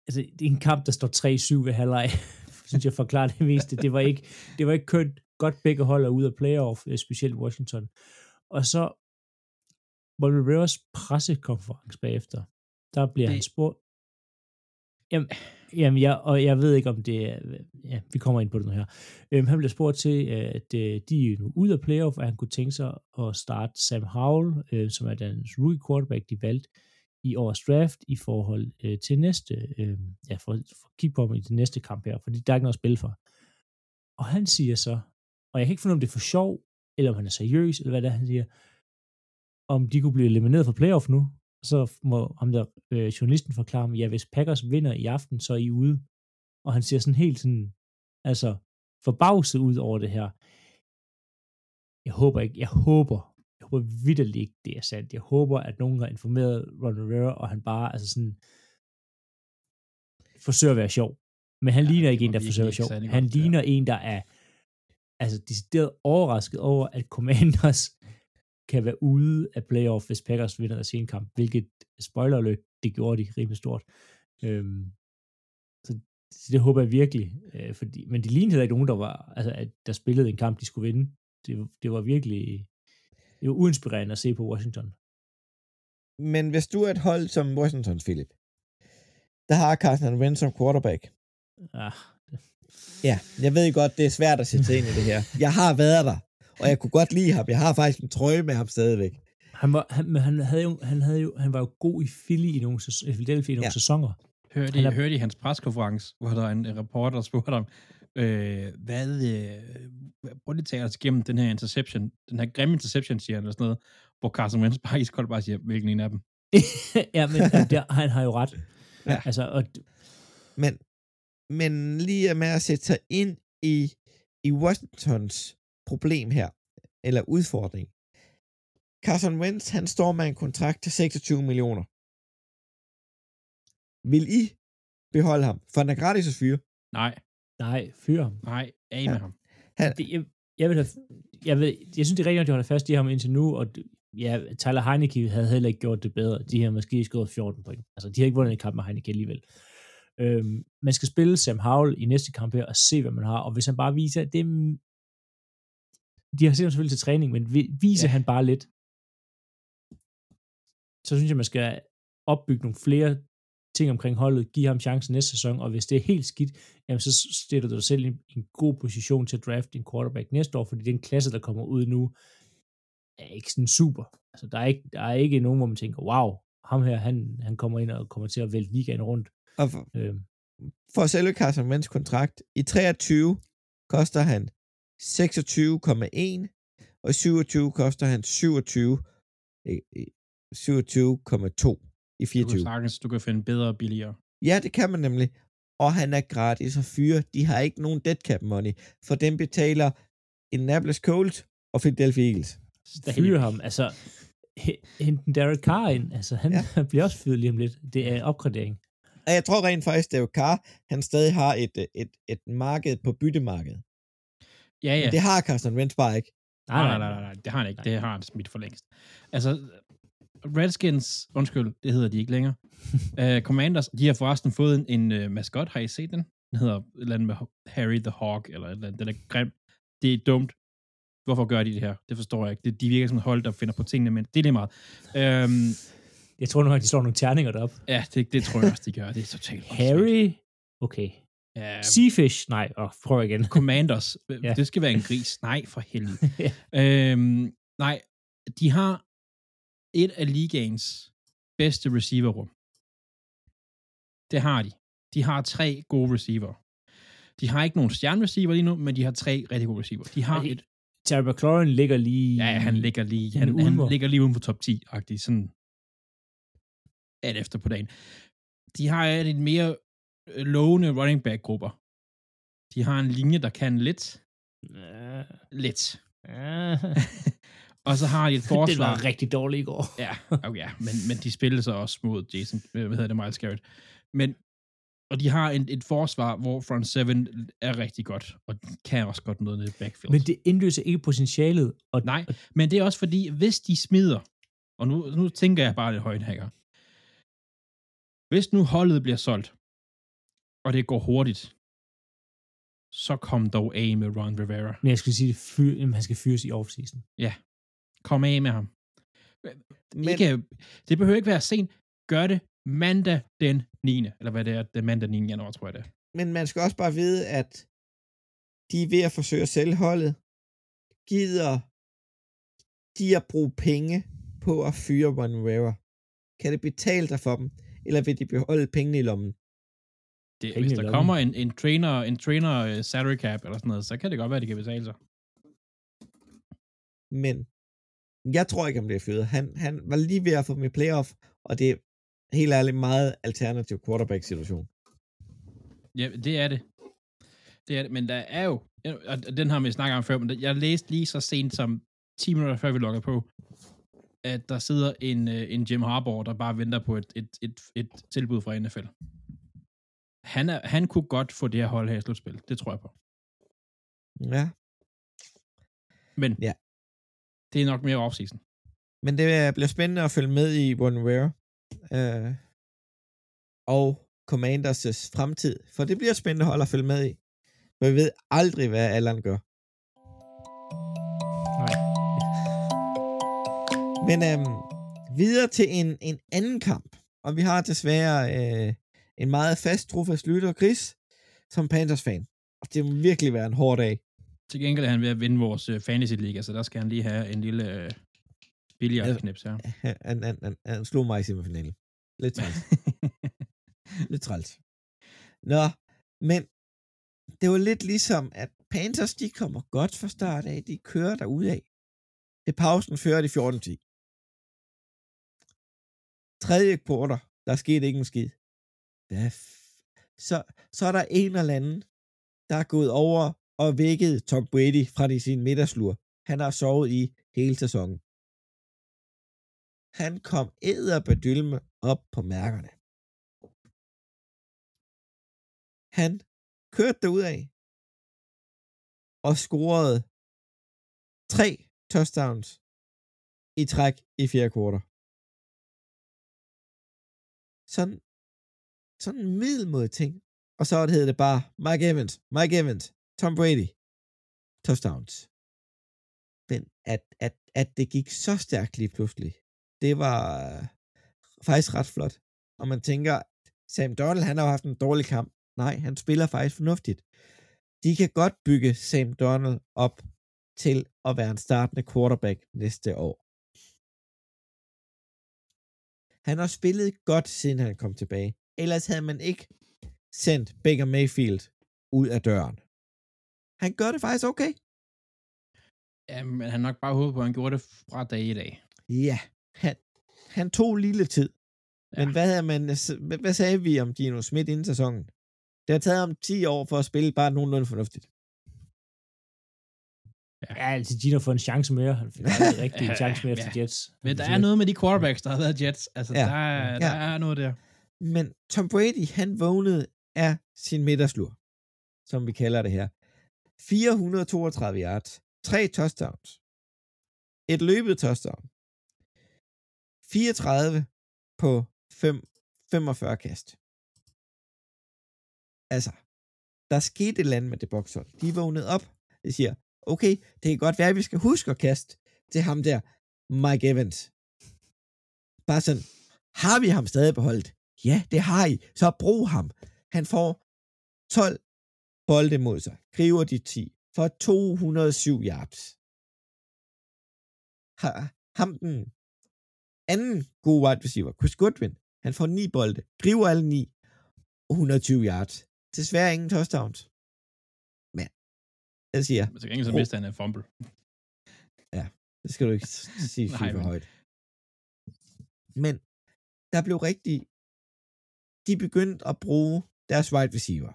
altså, det er en kamp, der står tre syv ved halvleg, synes jeg forklarer det meste. Det var ikke, det var ikke kønt. Godt begge hold er ude af playoff, specielt Washington. Og så Ron Rivers pressekonference bagefter, der bliver det... han spurgt. Jamen, jamen jeg, og jeg ved ikke, om det er... Ja, vi kommer ind på det nu her. Øhm, han bliver spurgt til, at øh, de er nu ude af playoff, og han kunne tænke sig at starte Sam Howell, øh, som er den rookie quarterback, de valgte i årets draft, i forhold øh, til næste... Øh, ja, for, for at kigge på ham i det næste kamp her, fordi der er ikke noget at spille for. Og han siger så, og jeg kan ikke finde, om det er for sjov, eller om han er seriøs, eller hvad det er, han siger, om de kunne blive elimineret fra playoff nu, så må ham der øh, journalisten forklare ham, ja, hvis Packers vinder i aften, så er I ude. Og han ser sådan helt sådan, altså, forbavset ud over det her. Jeg håber ikke, jeg håber, jeg håber vitterligt ikke, det er sandt. Jeg håber, at nogen har informeret Ron Rivera, og han bare, altså sådan, forsøger at være sjov. Men han ja, ligner ikke en, der forsøger at være sjov. Han godt, ligner ja. en, der er, altså, decideret overrasket over, at Commanders kan være ude af playoff, hvis Packers vinder deres ene kamp, hvilket, spoiler alert, det gjorde de rimelig stort. Øhm, så, så det håber jeg virkelig, øh, fordi, men det lignede ikke nogen, der var, altså, at der spillede en kamp, de skulle vinde. Det, det var virkelig, det var uinspirerende at se på Washington. Men hvis du er et hold som Washington, Philip, der har Carson Wentz som quarterback. Ah. Ja, jeg ved godt, det er svært at sætte sig ind i det her. Jeg har været der. Og jeg kunne godt lide ham. Jeg har faktisk en trøje med ham stadigvæk. Han var, han, men han havde jo, han havde jo, han var jo god i Philly i nogle, i Philadelphia i nogle ja. sæsoner. Hørte I, er... hørte I hans preskonference, hvor der er en reporter, der spurgte ham, øh, hvad, øh, prøv lige at tage os igennem den her interception, den her grimme interception, siger han, eller sådan noget, hvor Carson Wentz bare iskoldt bare siger, hvilken en af dem? ja, men der, han har jo ret. Ja. Altså, og... men, men lige med at sætte sig ind i, i Washingtons problem her, eller udfordring. Carson Wentz, han står med en kontrakt til seksogtyve millioner. Vil I beholde ham? For han er gratis at fyre. Nej. Nej, fyre ham. Nej, af med ja. ham. Han, det, jeg, jeg, vil have, jeg, ved, jeg synes, det er rigtigt, at de holder fast i ham indtil nu, og ja, Tyler Heineke havde heller ikke gjort det bedre. De har måske skåret fjorten point. Altså, de har ikke vundet en kamp med Heineke alligevel. Øhm, man skal spille Sam Howell i næste kamp her, og se, hvad man har, og hvis han bare viser, det de har set ham selvfølgelig til træning, men viser ja. han bare lidt, så synes jeg, man skal opbygge nogle flere ting omkring holdet, give ham chancen næste sæson, og hvis det er helt skidt, jamen så stiller du dig selv i en god position til at drafte en quarterback næste år, fordi den klasse, der kommer ud nu, er ikke sådan super. Altså, der er ikke, der er ikke nogen, hvor man tænker, wow, ham her, han, han kommer ind og kommer til at vælte ligaen rundt. Og for, øhm. for at sælge Carson Wentz kontrakt, i treogtyve koster han seksogtyve komma en, og i syvogtyve koster han syvogtyve komma to i fireogtyve. Du kan sagtens, du kan finde bedre og billigere. Ja, det kan man nemlig. Og han er gratis at fyre. De har ikke nogen dead cap money, for dem betaler Indianapolis Colts og Philadelphia Eagles. Fyre ham, altså henten Derek Carr ind, altså han ja. bliver også fyret lige om lidt. Det er opgradering. Og jeg tror rent faktisk, Derek Carr, han stadig har et, et, et marked på byttemarkedet. Ja, ja. Men det har Carson Wentz bare ikke. Nej, nej, nej, nej, nej, det har han ikke. Det har han smidt for længst. Altså, Redskins, undskyld, det hedder de ikke længere. uh, Commanders, de har forresten fået en, en uh, maskot. Har I set den? Den hedder et eller andet med Harry the Hawk, eller et eller andet. Den er grim. Det er dumt. Hvorfor gør de det her? Det forstår jeg ikke. Det, de virker som et hold, der finder på tingene, men det er lige meget. Um, jeg tror nu, at de slår nogle terninger derop. Ja, det, det tror jeg også, de gør. Det er totalt Harry? Okay. Uh, Seafish? Nej, oh, prøv igen. Commanders. Ja. Det skal være en gris. Nej, for helvede. ja. øhm, nej, de har et af ligaens bedste receiverrum. Det har de. De har tre gode receiver. De har ikke nogen stjernereceiver lige nu, men de har tre rigtig gode receiver. De har et... Terry McLaurin ligger lige... Ja, han ligger lige, han, han ligger lige uden for top ti-agtigt. Sådan alt efter på dagen. De har et mere lovende running back-grupper. De har en linje, der kan lidt. Uh, lidt. Uh. Og så har de et forsvar. Det var rigtig dårligt i går. ja, okay, ja, men, men de spillede så også mod Jason, hvad hedder det, Myles Garrett. Men, og de har en, et forsvar, hvor front seven er rigtig godt, og kan også godt noget ned i backfield. Men det indløser ikke potentialet. Og, Nej, men det er også fordi, hvis de smider, og nu, nu tænker jeg bare lidt højt her, hvis nu holdet bliver solgt, og det går hurtigt, så kom dog af med Ron Rivera. Men jeg skulle sige, at han skal fyres i offseason. Ja, kom af med ham. Men, Ikke, det behøver ikke være sent. Gør det mandag den niende Eller hvad det er, det er mandag den niende januar, tror jeg det er. men man skal også bare vide, at de er ved at forsøge at sælge holdet. Gider de at bruge penge på at fyre Ron Rivera? Kan det betale sig for dem? Eller vil de beholde pengene i lommen? Det, Penge hvis i der lommen. kommer en, en trainer, en trainer uh, salary cap eller sådan noget, så kan det godt være, at det kan betale sig. Men jeg tror ikke, om det er fyret. Han, han var lige ved at få dem i playoff, og det er helt ærligt meget alternativ quarterback-situation. Ja, det er det. Det er det, men der er jo, og den har vi snakket om før, men jeg læste lige så sent som ti minutter før vi logger på, at der sidder en, en Jim Harbaugh, der bare venter på et, et, et, et tilbud fra N F L. Han, er, han kunne godt få det her hold her i slutspil. Det tror jeg på. Ja. Men Ja. det er nok mere offseason. Men det bliver spændende at følge med i Ron Rivera øh, og Commanders' fremtid, for det bliver spændende hold at følge med i. For vi ved aldrig, hvad Allan gør. Nej. Men øhm, videre til en, en anden kamp, og vi har desværre øh, en meget fast trofast lytter, Chris, som Panthers-fan. Og det må virkelig være en hård dag. Til gengæld er han ved at vinde vores uh, fantasy-liga, så der skal han lige have en lille uh, billiardknips her. Han, han, han, han slog mig i semifinalen. Lidt træls. Lidt træls. Nå, men det var lidt ligesom, at Panthers, de kommer godt fra start af. De kører derudad. Til pausen fører de fjorten ti. Tredje quarter, der skete ikke en skid. Der f- så, så er der en eller anden, der er gået over og vækket Tom Brady fra de sin middagslur. Han har sovet i hele sæsonen. Han kom edderbedylme op på mærkerne. Han kørte derudad og scorede tre touchdowns i træk i fjerde kvartal. Sådan, sådan en middelmåde ting. Og så hed det bare Mike Evans, Mike Evans, Tom Brady, touchdowns. Men at, at, at det gik så stærkt lige pludselig, det var faktisk ret flot. Og man tænker, Sam Darnold, han har jo haft en dårlig kamp. Nej, han spiller faktisk fornuftigt. De kan godt bygge Sam Darnold op til at være en startende quarterback næste år. Han har spillet godt, siden han kom tilbage. Ellers havde man ikke sendt Baker Mayfield ud af døren. Han gør det faktisk okay. Ja, men han nok bare håbet på, at han gjorde det fra dag i dag. Ja, han, han tog lille tid. Ja. Men hvad, havde man, hvad sagde vi om Geno Smith inden sæsonen? Det har taget ham ti år for at spille bare nogenlunde fornuftigt. Ja, altså Gino får en chance mere. Han fik aldrig rigtig en chance mere Ja. efter Jets. Men der er noget med de quarterbacks, der har været Jets. Altså, Ja. der, er, der Ja. er noget der. Men Tom Brady, han vågnede af sin middagslur, som vi kalder det her. fire hundrede og toogtredive yards, tre touchdowns, et løbet touchdown, fireogtredive på femogfyrre kast. Altså, der skete et eller andet med det bokshold. De vågnede op. De siger, okay, det kan godt være, at vi skal huske at kaste til ham der, Mike Evans. Bare sådan, har vi ham stadig beholdt? Ja, det har I. Så brug ham. Han får tolv bolde mod sig. Griber de ti for to hundrede og syv yards. Ha, ham den anden gode wide receiver, Chris Goodwin, han får ni bolde. Griber alle ni. et hundrede og tyve yards. Desværre ingen touchdowns. Men, jeg siger... Men så gengæld så mister han en fumble. Ja, det skal du ikke sige Nej, for men- højt. Men, der blev rigtig... De begyndte at bruge deres wide receiver.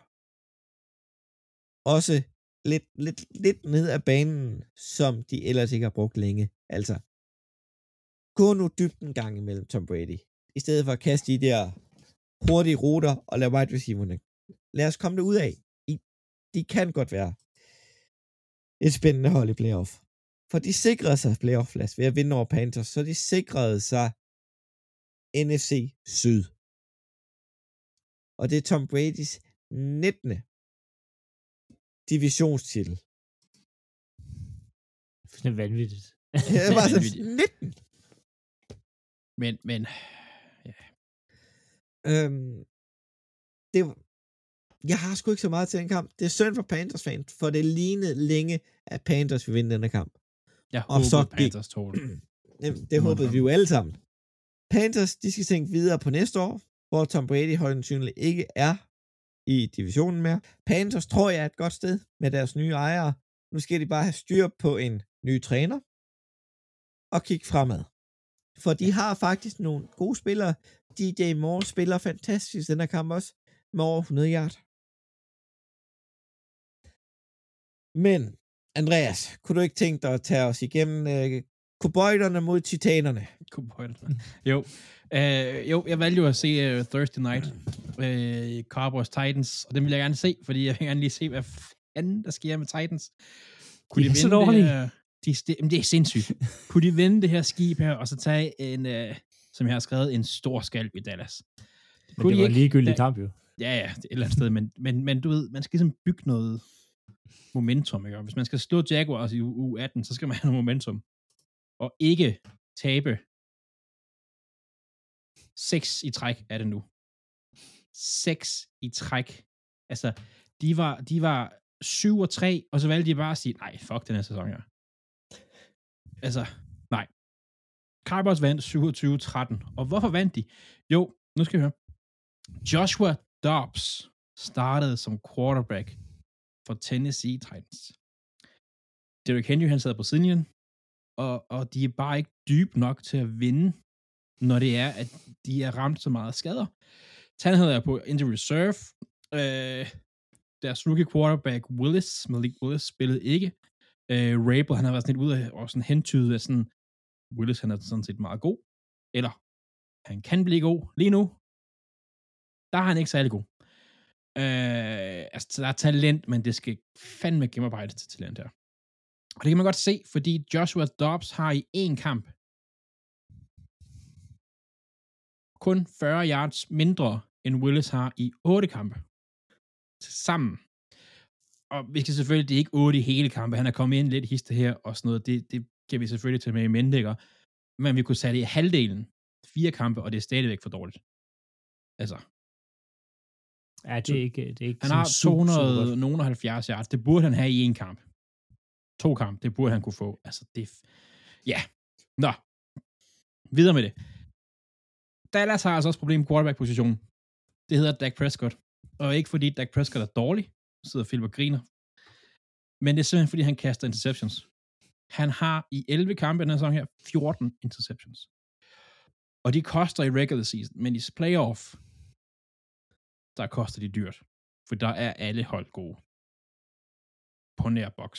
Også lidt, lidt, lidt ned ad banen, som de ellers ikke har brugt længe. Altså, gå nu dybt en gang imellem Tom Brady. I stedet for at kaste de der hurtige ruter og lade wide receiverne. Lad os komme det ud af. I, de kan godt være et spændende hold i playoff. For de sikrede sig playoff-plads ved at vinde over Panthers, så de sikrede sig N F C Syd. Og det er Tom Bradys nittende divisionstitel. Det er vanvittigt. Det var altså nitten. Men, men, ja. Øhm, det, jeg har sgu ikke så meget til den kamp. Det er synd for Panthers fans, for det lignede længe, at Panthers ville vinde denne kamp. Jeg og håber, så Panthers tog det. det, det håbede vi jo alle sammen. Panthers, de skal tænke videre på næste år, hvor Tom Brady højst sandsynligt ikke er i divisionen mere. Panthers tror jeg er et godt sted med deres nye ejere. Nu skal de bare have styr på en ny træner og kigge fremad. For de har faktisk nogle gode spillere. D J Moore spiller fantastisk den her kamp også, med over hundrede yard. Men, Andreas, kunne du ikke tænke dig at tage os igennem øh, Cowboyderne mod Titanerne? Cowboyderne. Jo. Uh, jo, jeg valgte jo at se uh, Thursday Night uh, Cowboys Titans, og den vil jeg gerne se, fordi jeg vil gerne lige se, hvad fanden der sker med Titans. Kunne de, de er så vinde dårlige. det her? De, det, det er sindssygt. Kunne de vinde det her skib her, og så tage en, uh, som jeg har skrevet, en stor skalp i Dallas? Men det var en ligegyldig kamp jo. Ja, ja, det er et eller andet sted, men, men, men du ved, man skal ligesom bygge noget momentum, ikke? Hvis man skal slå Jaguars i u atten, så skal man have noget momentum. Og ikke tabe seks i træk er det nu. Seks i træk. Altså, de var, de var syv og tre, og så valgte de bare at sige, nej, fuck den her sæson her. Altså, nej. Cowboys vandt syvogtyve tretten. Og hvorfor vandt de? Jo, nu skal vi høre. Joshua Dobbs startede som quarterback for Tennessee Titans. Derrick Henry, han sad på sidelinjen, og, og de er bare ikke dybe nok til at vinde, når det er, at de er ramt så meget skader. Tannehill er på injury reserve. Øh, deres rookie quarterback Willis, Malik Willis, spillede ikke. Øh, Rabel, han har været sådan lidt ude af, og sådan hentydet af sådan, Willis, han er sådan set meget god. Eller, han kan blive god. Lige nu, der er han ikke særlig god. Øh, altså, der er talent, men det skal fandme gennemarbejde til talent her. Og det kan man godt se, fordi Joshua Dobbs har i én kamp kun fyrre yards mindre, end Willis har i otte kampe. Sammen. Og vi skal selvfølgelig, det er ikke otte i hele kampe. Han er kommet ind lidt i histe her og sådan noget. Det, det kan vi selvfølgelig tage med i mente, ikke? Men vi kunne sætte i halvdelen. Fire kampe, og det er stadigvæk for dårligt. Altså. Ja, det er ikke, det er ikke han har to hundrede og halvfjerds yards. Det burde han have i en kamp. To kamp, det burde han kunne få. Altså, det... Ja. Nå. Videre med det. Dallas har altså også problem med quarterback-positionen. Det hedder Dak Prescott. Og ikke fordi Dak Prescott er dårlig. Sidder Philip og griner. Men det er simpelthen fordi, han kaster interceptions. Han har i elleve kampe den her sæson her, fjorten interceptions. Og de koster i regular season, men i playoff, der koster de dyrt. For der er alle hold gode. På nær boks.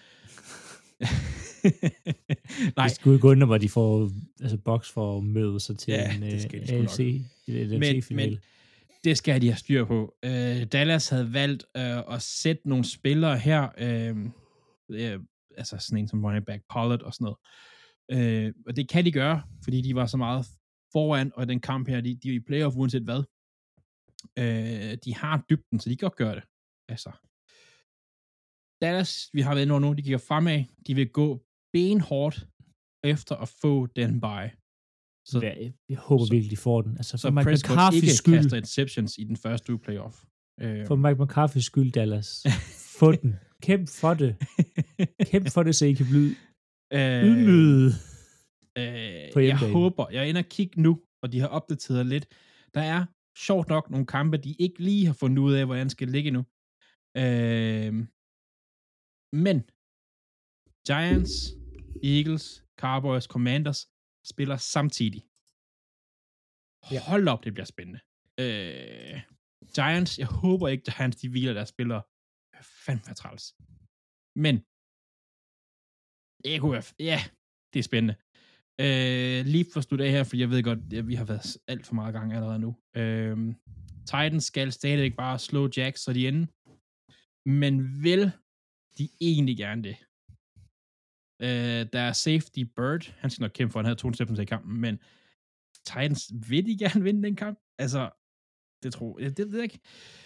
Nej. Det skulle gå under, hvor de får, altså boks for at møde sig til ja, en A F C, men, men det skal de have styr på. Uh, Dallas havde valgt uh, at sætte nogle spillere her, uh, uh, altså sådan en som running back Pollard og sådan noget. Uh, og det kan de gøre, fordi de var så meget foran, og den kamp her, de, de er i playoff uanset hvad. Uh, de har dybden, så de kan godt gøre det. Altså, Dallas, vi har været nu, de kigger fremad, de vil gå benhårdt efter at få den bye. Så, jeg, jeg håber så, virkelig, de får den. Altså, så Mike Prescott ikke skyld, kaster interceptions i den første uge playoff. For Mike McCarthy's skyld, Dallas. Få den. Kæmp for det. Kæmp for det, så I kan blive øh, ydmyget øh, på hjemmebane. Jeg håber, jeg er inde og kigge nu, og de har opdateret lidt. Der er sjovt nok nogle kampe, de ikke lige har fundet ud af, hvordan skal ligge nu. Øh, men Giants, Eagles, Cowboys, Commanders spiller samtidig. Ja. Hold op, det bliver spændende. Øh, Giants, jeg håber ikke, Giants, de hviler deres spillere. Fandme træls. Men, det kunne være, ja, det er spændende. Øh, lige for at slutte af her, for jeg ved godt, at vi har været alt for meget gang allerede nu. Øh, Titans skal stadig bare slå Jacks, så de ender. Men vil de egentlig gerne det? Uh, der er safety Bird. Han skal nok kæmpe for, han havde to interceptions i kampen, men Titans vil de gerne vinde den kamp? Altså, det tror jeg, det ved jeg ikke.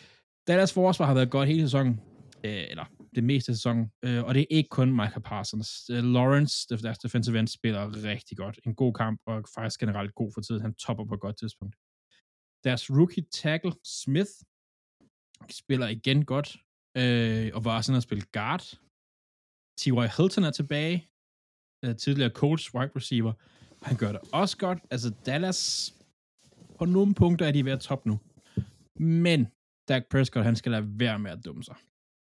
Dallas forsvar har været godt hele sæsonen, øh, eller det meste af sæsonen, øh, og det er ikke kun Micah Parsons. Øh, Lawrence, deres defensive end, spiller rigtig godt. En god kamp, og faktisk generelt god for tiden. Han topper på et godt tidspunkt. Deres rookie tackle, Smith, spiller igen godt, øh, og var sådan at spille guard. T Y. Hilton er tilbage, øh, tidligere Colts wide receiver. Han gør det også godt. Altså Dallas, på nogle punkter er de ved at top nu. Men Dak Prescott, han skal lade være med at dumme sig.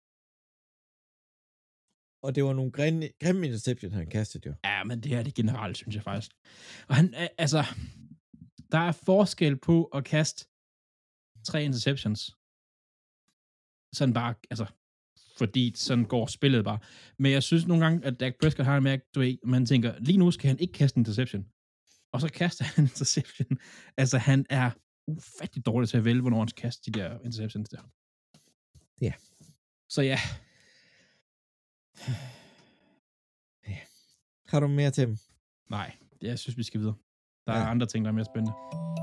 Og det var nogle grimme, grimme interception, han kastede jo. Ja, men det er det generelt, synes jeg faktisk. Og han, altså, der er forskel på at kaste tre interceptions. Sådan bare, altså, fordi sådan går spillet bare. Men jeg synes nogle gange, at Dak Prescott har en mærke, du ved, man tænker, lige nu skal han ikke kaste en interception. Og så kaster han en interception. Altså, han er ufattelig dårlig til at vælge, hvornår han skal kaste de der interceptions der. Ja. Så ja. ja. Har du mere til dem? Nej, jeg synes, vi skal videre. Der er ja. andre ting, der er mere spændende.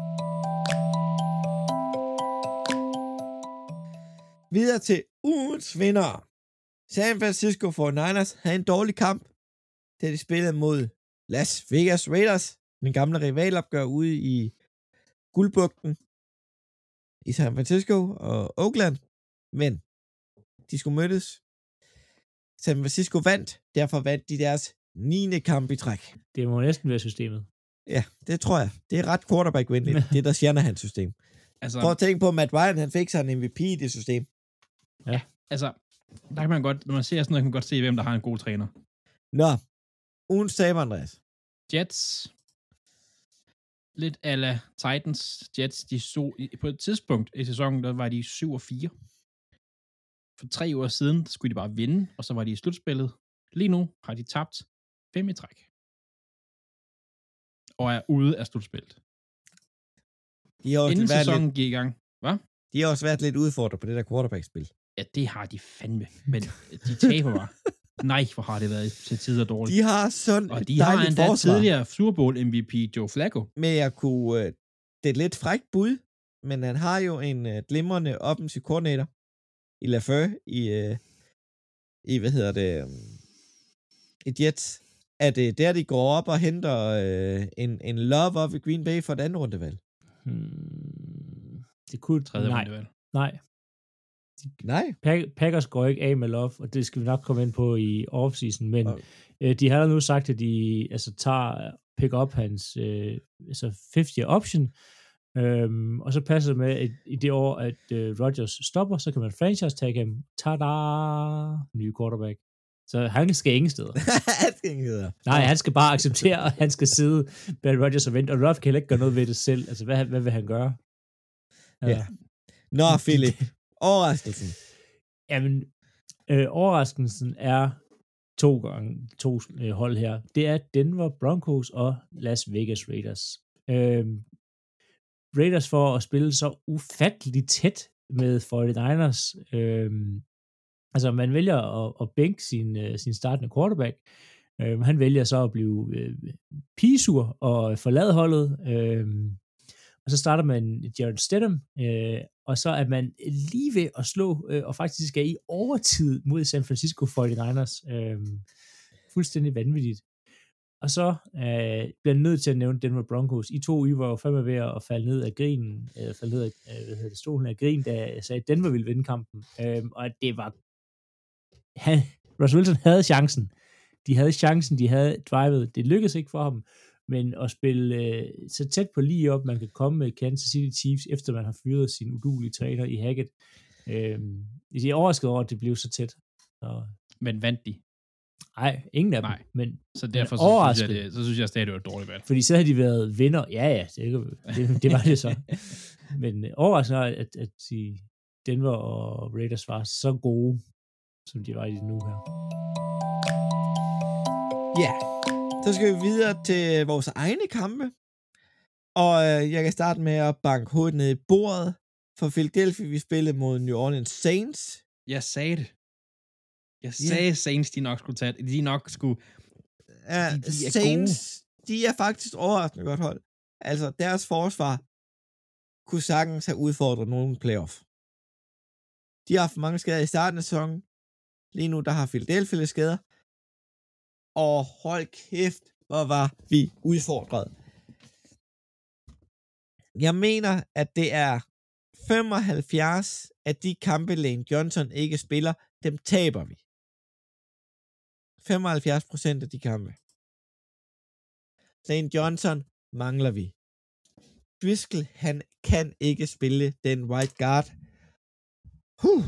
Videre til ugens vinder. San Francisco forty-niners havde en dårlig kamp, da de spillede mod Las Vegas Raiders, den gamle rivalopgør ude i Guldbugten i San Francisco og Oakland, men de skulle mødes. San Francisco vandt, derfor vandt de deres niende kamp i træk. Det må næsten være systemet. Ja, det tror jeg. Det er ret quarterback-venligt. Det er der Shanahan system. Altså, prøv at tænke på, at Matt Ryan, han fik sig en M V P i det system. Ja, altså, der kan man godt, når man ser sådan noget, kan man godt se, hvem der har en god træner. Nå, ugens taber, Andreas. Jets. Lidt a la Titans. Jets, de så, på et tidspunkt i sæsonen, der var de syv og fire. For tre uger siden, der skulle de bare vinde, og så var de i slutspillet. Lige nu har de tabt fem i træk. Og er ude af slutspillet. De har Inden sæsonen lidt, gik i gang. Hvad? De har også været lidt udfordret på det der quarterback-spil. Ja, det har de fandme. Men de taber bare. Nej, hvor har det været til tider dårligt. De har sådan og de et har dejligt endda forsvar. tidligere Super Bowl M V P Joe Flacco. Men jeg kunne... Uh, det er et lidt frækt bud, men han har jo en uh, glimrende offensive coordinator i LaFleur i, uh, i, hvad hedder det, um, i Jets. Er det der, de går op og henter uh, en, en love op i Green Bay for et andet rundevalg? Hmm, det kunne... Tredje nej. rundevalg. Nej. Nej. Packers går ikke af med Love, og det skal vi nok komme ind på i offseason, men okay. øh, de har nu sagt, at de altså tager, pick up hans øh, altså halvtreds option, øhm, og så passer det med, at i det år, at øh, Rodgers stopper, så kan man franchise tag ham. Tada! Nye quarterback. Så han skal ingen steder. han skal ingen steder. Nej, han skal bare acceptere, at han skal sidde bag Rodgers og vente, og Love kan heller ikke gøre noget ved det selv. Altså, hvad, hvad vil han gøre? Ja. ja. Nå, Philip. Overraskelsen. Jamen, øh, overraskelsen er to gange, to øh, hold her. Det er Denver Broncos og Las Vegas Raiders. Øh, Raiders for at spille så ufatteligt tæt med forty-niners. Øh, altså, man vælger at, at bænke sin, øh, sin startende quarterback. Øh, han vælger så at blive øh, pigesur og forlade holdet. Øh, og så starter man Jared Stidham, øh, og så er man lige ved at slå, øh, og faktisk er i overtid mod San Francisco forty-niners. Øh, fuldstændig vanvittigt. Og så øh, bliver jeg nødt til at nævne Denver Broncos. I to uger var jo fandme ved at falde ned af grinen, eller falde ned af, øh, hvad hedder det, stolen af grin, da jeg sagde, at Denver ville vinde kampen. Øh, og det var... Han, Russell Wilson havde chancen. De havde chancen, de havde drivet. Det lykkedes ikke for ham. Men at spille øh, så tæt på lige op, man kan komme med Kansas City Chiefs, efter man har fyret sin uduelige træner i Hackett. Øh, de er overrasket over, at det blev så tæt. Så. Men vandt de? Nej, ingen af dem. Nej. Men, så derfor så synes, jeg, det, så synes jeg stadig, det var et dårligt valg. Fordi så havde de været vinder. Ja, ja, det, det, det var det så. Men øh, overraskende er, at, at de Denver og Raiders var så gode, som de var i det nu her. Ja. Yeah. Så skal vi videre til vores egne kampe. Og øh, jeg kan starte med at banke hovedet ned i bordet. For Philadelphia, vi spillede mod New Orleans Saints. Jeg sagde det. Jeg sagde, yeah. Saints, de nok skulle tage de nok skulle... Ja, de, de er Saints, gode. De er faktisk overraskende godt hold. Altså, deres forsvar kunne sagtens have udfordret nogen playoff. De har haft mange skader i starten af sæsonen. Lige nu, der har Philadelphia skader. Og hold kæft, hvor var vi udfordret. Jeg mener, at det er femoghalvfjerds af de kampe, Lane Johnson ikke spiller, dem taber vi. femoghalvfjerds procent af de kampe. Lane Johnson mangler vi. Driscoll, han kan ikke spille den right guard. Huh.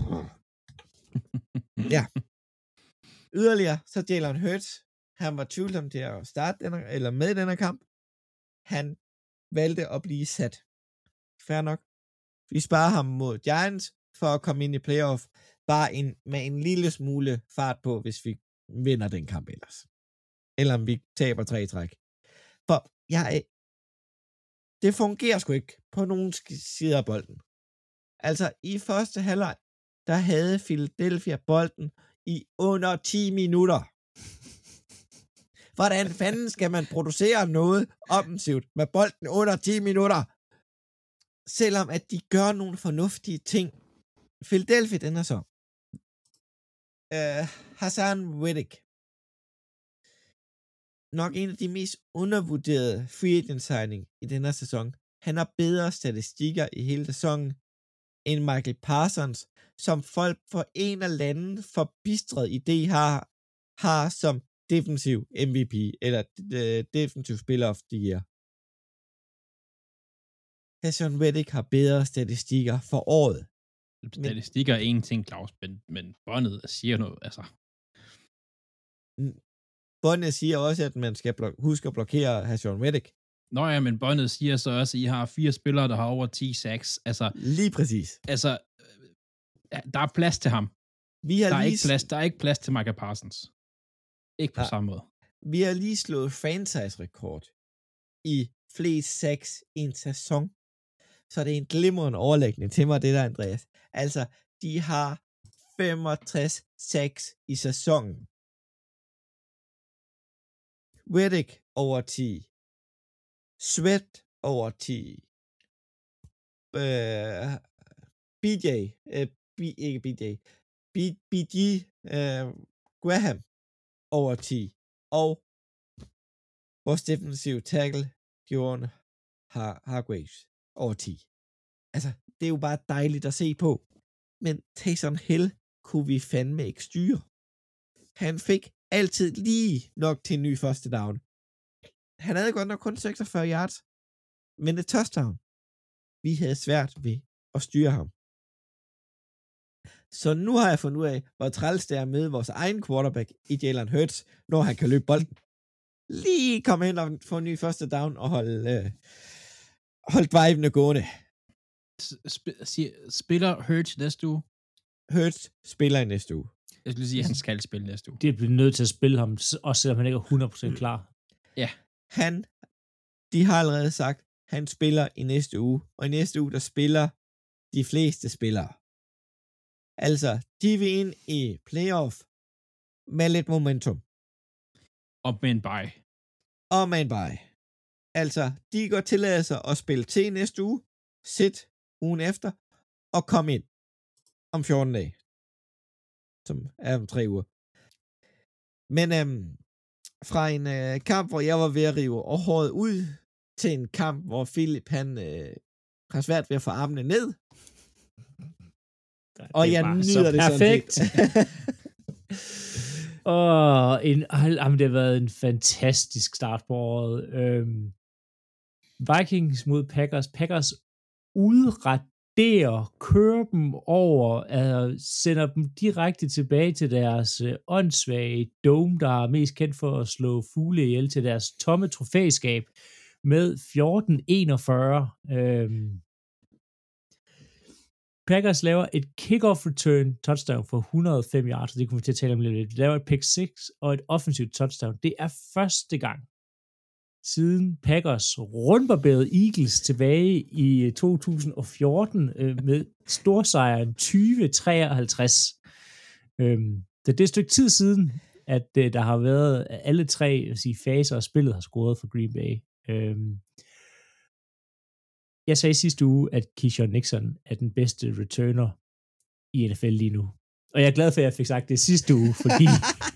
Ja. Yderligere, så Jalen Hurts, han var tvivlsom til at starte denne, eller med i denne kamp. Han valgte at blive sat. Fair nok. Vi sparer ham mod Giants for at komme ind i playoff, bare en, med en lille smule fart på, hvis vi vinder den kamp ellers. Eller om vi taber tre i træk. For jeg, det fungerer sgu ikke på nogen sider af bolden. Altså, i første halvleg, der havde Philadelphia bolden i under ti minutter. Hvordan fanden skal man producere noget offensivt med bolden under ti minutter? Selvom at de gør nogle fornuftige ting. Philadelphia, den er så. Uh, Hassan Reddick. Nok en af de mest undervurderede free agent signing i denne sæson. Han har bedre statistikker i hele sæsonen end Michael Parsons, som folk for en eller anden forbistret idé har, har som defensiv M V P, eller uh, defensiv spiller of the year. Hassan Reddick har bedre statistikker for året. Statistikker er en ting, Claus, men, men båndet siger noget, altså. Båndet siger også, at man skal blok- huske at blokere Hassan Reddick. Nå ja, men båndet siger så også, at I har fire spillere, der har over ti sacks. Altså, lige præcis. Altså, der er plads til ham. Vi har der, er lige... ikke plads, der er ikke plads til Michael Parsons. Ikke på ja. samme måde. Vi har lige slået franchise-rekord i flest sacks i en sæson. Så det er en glimrende overlægning til mig, det der, Andreas. Altså, de har femogtres sacks i sæsonen. Reddick over ti. Sweat over ti. Uh, B J, uh, B, ikke B J, B, B G uh, Graham over ti. Og vores defensive tackle, Jordan Har Hargraves, over ti. Altså, det er jo bare dejligt at se på. Men Taysom Hill kunne vi fandme ikke styre. Han fik altid lige nok til en ny første down. Han havde godt nok kun seksogfyrre yards, men et touchdown. Vi havde svært ved at styre ham. Så nu har jeg fundet ud af, hvor træls det er med vores egen quarterback i Jalen Hurts, når han kan løbe bolden. Lige komme hen og få en ny første down og holde, øh, holde drivene gående. Sp- spiller Hurts næste uge? Hurts spiller i næste uge. Jeg skulle sige, at han skal spille næste uge. Det bliver nødt til at spille ham, også selvom han ikke er hundrede procent klar. Ja. Han, de har allerede sagt, han spiller i næste uge, og i næste uge, der spiller de fleste spillere. Altså, de vil ind i playoff med lidt momentum. Og med en bye. Og med en bye. Altså, de går tillade sig at spille til næste uge, sit ugen efter, og komme ind om fjorten dage. Som er om tre uger. Men øhm, fra en øh, kamp, hvor jeg var ved at rive og håret ud, til en kamp, hvor Philip, han øh, har svært ved at få armene ned. Det og jeg nyder det perfekt. sådan Åh, en, jamen, det har været en fantastisk start på året. Øhm, Vikings mod Packers. Packers udraderer, kører dem over, øh, sender dem direkte tilbage til deres øh, åndssvage dome, der er mest kendt for at slå fugle ihjel, til deres tomme trofæskab med fjorten enogfyrre. Øhm, Packers laver et kick-off return touchdown for et hundrede og fem yards, så det kommer vi til at tale om lidt. De laver et pick six og et offensivt touchdown. Det er første gang siden Packers rundbarberede Eagles tilbage i to tusind og fjorten øh, med storsejren tyve treoghalvtreds. Øhm, det er et stykke tid siden, at øh, der har været alle tre sige, faser af spillet har scoret for Green Bay. Øhm, Jeg sagde sidste uge, at Keyshawn Nixon er den bedste returner i N F L lige nu. Og jeg er glad for, at jeg fik sagt det sidste uge, fordi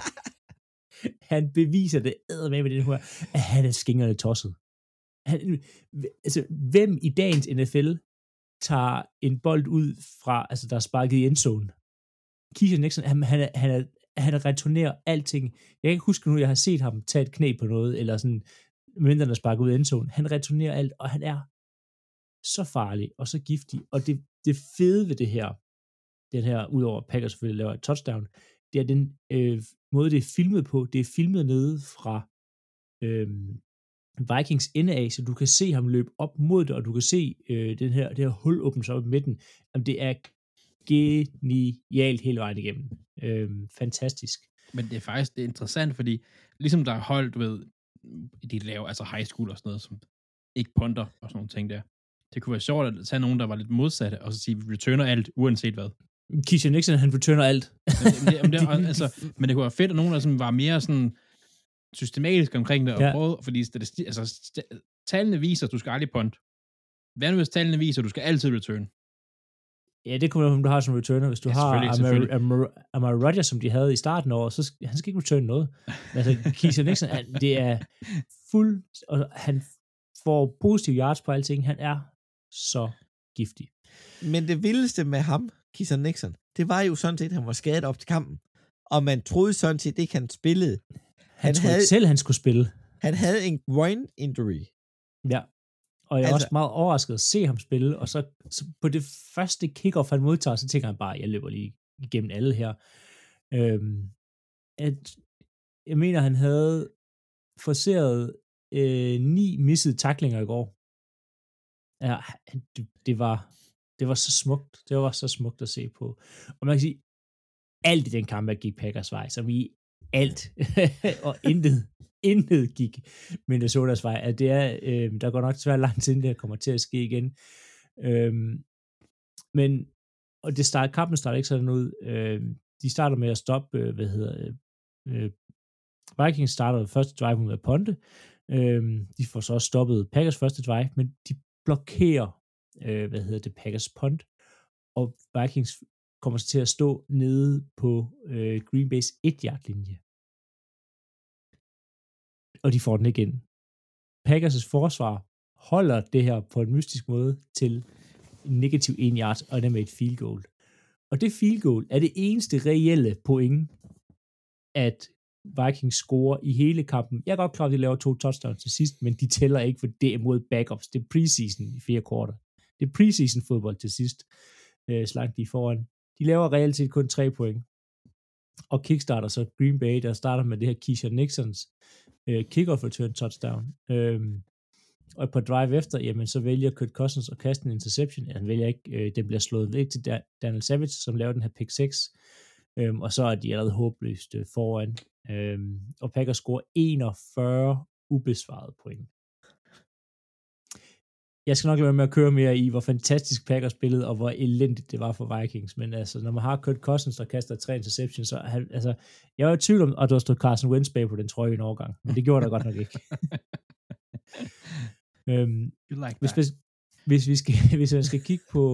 han beviser det eddermame med den her, at han er skingerne tosset. Han, altså, hvem i dagens N F L tager en bold ud fra, altså der er sparket i endzone? Keyshawn Nixon, han, han, er, han, er, han returnerer alting. Jeg kan ikke huske nu, jeg har set ham tage et knæ på noget, eller sådan, mindre der sparker ud i endzone. Han returnerer alt, og han er så farlig, og så giftig. Og det, det fede ved det her, den her, udover Packers selvfølgelig laver et touchdown, det er den øh, måde, det er filmet på. Det er filmet nede fra øh, Vikings ende af, så du kan se ham løbe op mod det, og du kan se øh, den her, det her hul åbne sig op i midten. Jamen, det er genialt hele vejen igennem. Øh, fantastisk. Men det er faktisk det er interessant, fordi ligesom der er hold, du ved, de laver altså high school og sådan noget, som ikke punter og sådan nogle ting der. Det kunne være sjovt at tage nogen, der var lidt modsatte, og så sige, vi returner alt, uanset hvad. Keyshawn Nixon, han returner alt. men, det, men, det, altså, men det kunne være fedt, at nogen, der sådan var mere sådan systematisk omkring det, og ja. prøvede, fordi altså, tallene viser, at du skal aldrig punt. Hvad nu hvis tallene viser, at du skal altid return? Ja, det kommer om du har som returner. Hvis du ja, har Amari Amar, Amar Rodgers, som de havde i starten af året, så skal, han skal ikke returne noget. Altså, Keyshawn Nixon, det er fuld, og han får positive yards på alting. Han er så giftig. Men det vildeste med ham, Keyshawn Nixon, det var jo sådan set, at han var skadet op til kampen. Og man troede sådan set ikke, han spillede. Han, han troede havde, ikke selv, han skulle spille. Han havde en groin injury. Ja, og jeg er altså, også meget overrasket at se ham spille, og så, så på det første kick-off, han modtager, så tænker han bare, jeg løber lige igennem alle her. Øhm, at, jeg mener, han havde forceret øh, ni missede tacklinger i går. Ja, det, det var det var så smukt. Det var så smukt at se på. Og man kan sige, alt i den kamp, der gik Packers vej, som i alt, og intet, intet gik Minnesotas vej. At det er, øh, der går nok svært lang tid, det kommer til at ske igen. Øhm, men, og det start, kampen starter ikke sådan ud. Øh, de starter med at stoppe, øh, hvad hedder øh, Vikings starter første drive med at ponte. Øh, de får så også stoppet Packers første drive, men de blokerer, øh, hvad hedder det, Packers punt, og Vikings kommer til at stå nede på øh, Green Bay's et-yard-linje. Og de får den ikke ind. Packers' forsvar holder det her på en mystisk måde til negativ en yard, og det med et field goal. Og det field goal er det eneste reelle point, at Vikings scorer i hele kampen. Jeg er godt klar, at de laver to touchdowns til sidst, men de tæller ikke, for det er mod backups. Det er preseason i fire kvarter. Det er preseason fodbold til sidst. Øh, slank de foran. De laver reelt set kun tre point. Og kickstarter så Green Bay, der starter med det her Keyshawn Nixons øh, kickoff return touchdown. Øhm, og et par drive efter, jamen så vælger Kirk Cousins at kaste en interception. Ja, han vælger ikke. Øh, den bliver slået væk til Daniel Savage, som laver den her pick seks. Øhm, og så er de allerede håbløst øh, foran. Øhm, og Packers scorer enogfyrre ubesvarede point. Jeg skal nok lade være med at køre mere i, hvor fantastisk Packers spillede, og hvor elendigt det var for Vikings. Men altså, når man har Kirk Cousins, der kaster tre interceptions, så han, altså, jeg var i tvivl om, at der stod Carson Wentz bag på den trøje i en overgang. Men det gjorde der godt nok ikke. øhm, like hvis, hvis, hvis, vi skal, hvis man skal kigge på...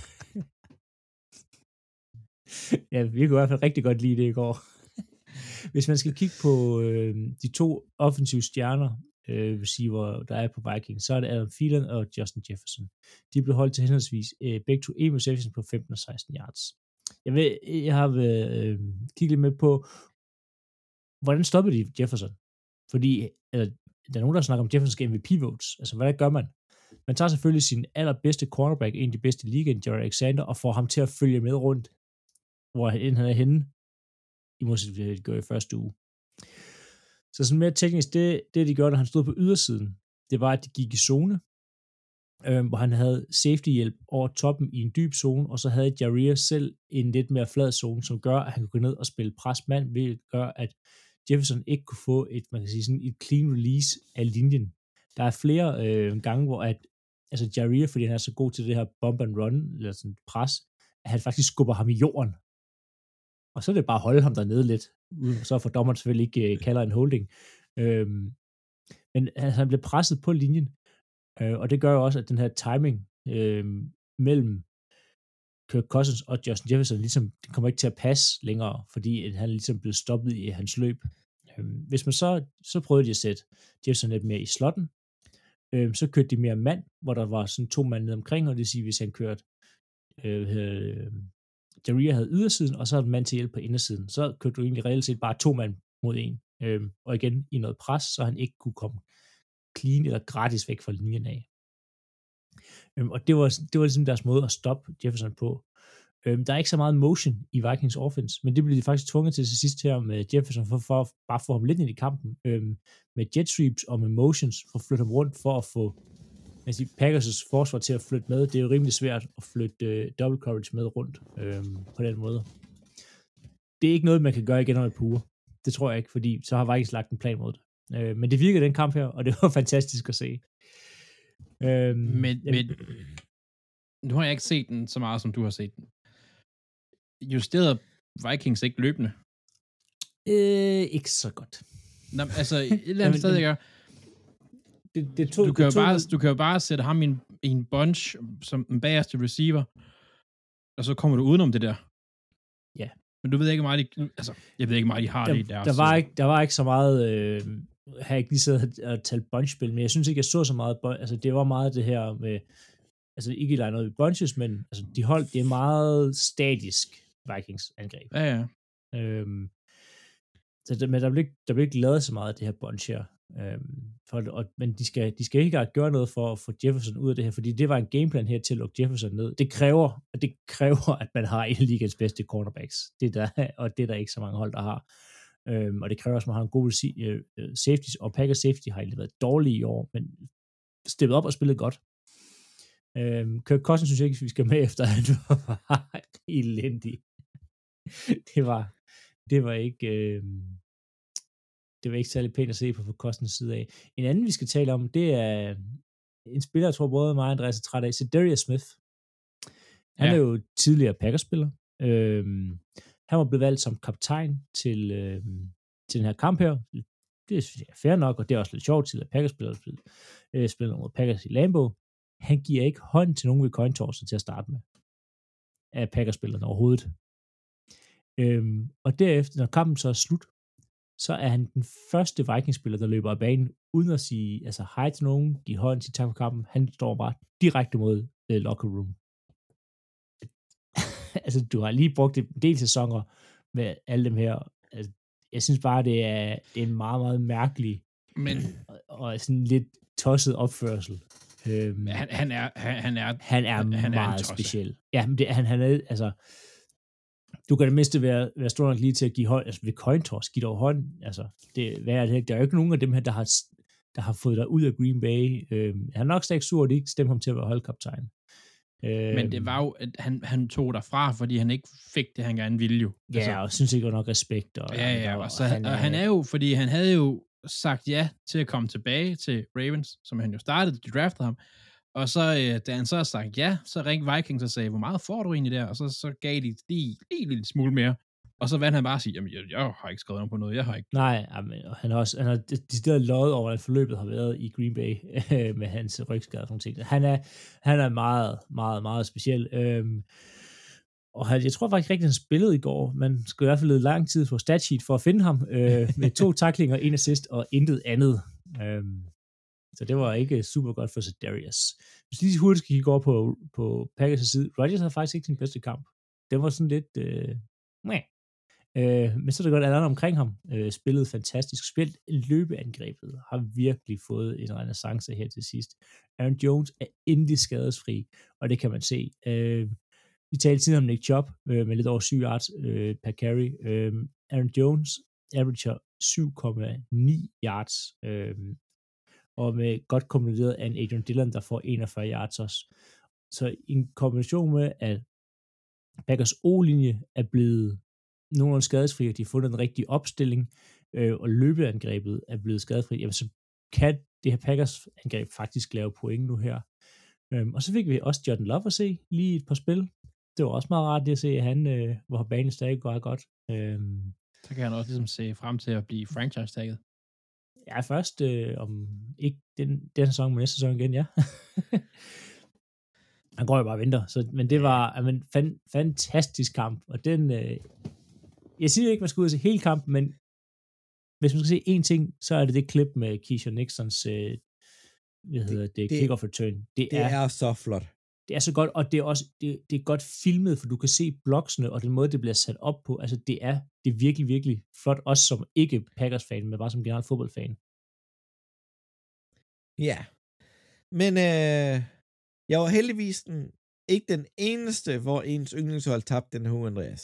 ja, vi kunne i hvert fald rigtig godt lide det i går. Hvis man skal kigge på øh, de to offensive stjerner, øh, receiver, der er på Vikings, så er det Adam Thielen og Justin Jefferson. De blev holdt til henholdsvis øh, begge to en reception på femten og seksten yards. Jeg, ved, jeg har øh, kigget lidt med på, hvordan stopper de Jefferson? Fordi eller, der er nogen, der snakker om Jeffersons M V P votes. Altså, hvordan gør man? Man tager selvfølgelig sin allerbedste cornerback, en af de bedste i ligaen, Jared Alexander, og får ham til at følge med rundt, hvor han er henne, i modsætning til det, de gjorde i første uge. Så sådan mere teknisk, det, det de gjorde, da han stod på ydersiden, det var, at de gik i zone, øh, hvor han havde safety-hjælp over toppen i en dyb zone, og så havde Jaire selv en lidt mere flad zone, som gør, at han kunne gå ned og spille presmand, hvilket gør, at Jefferson ikke kunne få et, man kan sige sådan et clean release af linjen. Der er flere øh, gange, hvor at, altså Jaire, fordi han er så god til det her bump and run, eller sådan pres, at han faktisk skubber ham i jorden. Og så er det bare at holde ham dernede lidt, så får dommeren selvfølgelig ikke uh, kalder en holding. Øhm, men altså, han blev presset på linjen, øh, og det gør jo også, at den her timing øh, mellem Kirk Cousins og Justin Jefferson ligesom, det kommer ikke til at passe længere, fordi han er ligesom blevet stoppet i hans løb. Øhm, hvis man så, så prøvede de at sætte Jefferson lidt mere i slotten, øhm, så kørte de mere mand, hvor der var sådan to mand ned omkring, og det vil sige, hvis han kørte, øh, øh, Jareer havde ydersiden, og så havde en mand til hjælp på indersiden, så kørte du egentlig reelt set bare to mand mod en, øhm, og igen i noget pres, så han ikke kunne komme clean eller gratis væk fra linjen af. Øhm, og det var, det var ligesom deres måde at stoppe Jefferson på. Øhm, der er ikke så meget motion i Vikings offense, men det blev de faktisk tvunget til til sidst her med Jefferson, for, for bare få ham lidt ind i kampen, øhm, med jet sweeps og med motions, for at flytte ham rundt, for at få altså, Packers' forsvar til at flytte med. Det er jo rimelig svært at flytte øh, double coverage med rundt øhm, på den måde. Det er ikke noget, man kan gøre igen over et par uger. Det tror jeg ikke, fordi så har Vikings lagt en plan mod det. Øh, men det virkede den kamp her, og det var fantastisk at se. Øhm, men, men nu har jeg ikke set den så meget, som du har set den. Justerede Vikings ikke løbende? Øh, ikke så godt. Nå, altså, et eller andet sted, jeg gør. Det, det tog, du, kan det jo tog bare, noget. du kan jo bare sætte ham i en, i en bunch, som en bagerste receiver, og så kommer du udenom det der. Ja. Men du ved ikke meget, de, altså, jeg ved ikke meget, de har der, det i deres... Der var, ikke, der var ikke så meget... Øh, har jeg ikke lige siddet og talt bunch-spil, men jeg synes ikke, jeg så så meget... Altså, det var meget det her med... Altså, ikke lege noget i bunches, men altså, de holdt... Det er meget statisk Vikings-angreb. Ja, ja. Øhm, så der, men der blev, ikke, der blev ikke lavet så meget af det her bunch her. Øhm, for, og, men de skal, de skal ikke engang gøre noget for at få Jefferson ud af det her, fordi det var en gameplan her til at lukke Jefferson ned. Det kræver, og det kræver, at man har en af ligens bedste cornerbacks. Det der, og det er der ikke så mange hold, der har. Øhm, og det kræver også, at man har en god uh, safety, og Packers safety har egentlig været dårlige i år, men steppet op og spillet godt. Øhm, Kirk Cousins synes jeg ikke, vi skal med efter, han var elendig. det var, det var ikke, øh, det var ikke særlig pænt at se på fra Cousins side af. En anden, vi skal tale om, det er en spiller, jeg tror både mig og Andreas er træt af, Za'Darius Smith. Han ja. er jo tidligere Packers-spiller. Øhm, han var blevet valgt som kaptajn til, øh, til den her kamp her. Det synes jeg er fair nok, og det er også lidt sjovt til, at Packers-spiller øh, spiller mod Packers i Lambeau. Han giver ikke hånd til nogen ved coin tosset til at starte med af Packers-spillerne overhovedet. Øhm, og derefter, når kampen så er slut, så er han den første Vikings-spiller, der løber af banen, uden at sige, altså hej til nogen, give hånd til tak for kampen. Han står bare direkte mod uh, locker room. altså, du har lige brugt en del sæsoner med alle dem her. Altså, jeg synes bare, det er, det er en meget, meget mærkelig Men, og, og sådan lidt tosset opførsel. Øhm, han, han er han, han er han er han meget er speciel. Ja, men det, han, han er, altså, du kan det mindste være, være stor nok lige til at give hånd, altså ved coin toss, give dig hånd, altså, det, hvad er det, der er jo ikke nogen af dem her, der har, der har fået dig ud af Green Bay. Øhm, han er nok stadig sur, at de ikke stemte ham til at være holdkaptajn. Øhm, Men det var jo, at han, han tog derfra, fordi han ikke fik det, han gerne ville jo. Ja, altså, og synes ikke nok respekt. Og, ja, ja, og, og, så, og, han, og han er jo, fordi han havde jo sagt ja til at komme tilbage til Ravens, som han jo startede, de draftede ham, og så, øh, da han så har sagt ja, så ringte Vikings og sagde, hvor meget får du egentlig der? Og så, så gav de lige, lige en lille smule mere, og så vandt han bare at sige, jamen, jeg, jeg har ikke skrevet noget på noget, jeg har ikke. Nej, men han har også, han har decideret løjet over, at forløbet har været i Green Bay, med hans rygskade og sådan ting. Han er, han er meget, meget, meget speciel. Øhm, og han, jeg tror faktisk rigtig, han spillede i går. Man skulle i hvert fald lede lang tid på statsheet for at finde ham, øh, med to tacklinger, en assist og intet andet. Øhm, så det var ikke super godt for Za'Darius. Hvis lige hurtigt skal kigge over på, på Packers' side, Rodgers havde faktisk ikke sin bedste kamp. Det var sådan lidt, øh, meh. Øh, men så er det godt, at alle omkring ham øh, spillede fantastisk. Spillet løbeangrebet har virkelig fået en renaissance her til sidst. Aaron Jones er endelig skadesfri, og det kan man se. Øh, vi talte tidligere om Nick Chubb øh, med lidt over syv yards øh, per carry. Øh, Aaron Jones averager syv komma ni yards, øh, og med godt kombineret af en Adrian Dillon, der får enogfyrre yards også. Så en kombination med, at Packers O-linje er blevet nogenlunde skadesfri, og de har fundet den rigtige opstilling, øh, og løbeangrebet er blevet skadesfri, jamen så kan det her Packers-angreb faktisk lave point nu her. Øhm, og så fik vi også Jordan Love at se, lige et par spil. Det var også meget rart det at se, at han, øh, hvor banen stadig går godt. Øhm, så kan han også ligesom se frem til at blive franchise-tagget. Ja, først øh, om ikke den, den sæson, men næste sæson igen, ja. Han går jo bare og venter. Så, men det var en fan, fantastisk kamp, og den, øh, jeg siger ikke, man skal ud og se hele kampen, men hvis man skal se én ting, så er det det klip med Keyshawn Nixons, øh, hvad hedder det, det kick-off return. Det, det er, er så flot. Det er så godt, og det er også det, det er godt filmet, for du kan se bloksene, og den måde, det bliver sat op på. Altså, det er, det er virkelig, virkelig flot, også som ikke Packers-fan, men bare som generelt fodboldfan. Ja. Men øh, jeg var heldigvis den, ikke den eneste, hvor ens yndlingshold tabte den her uge, Andreas.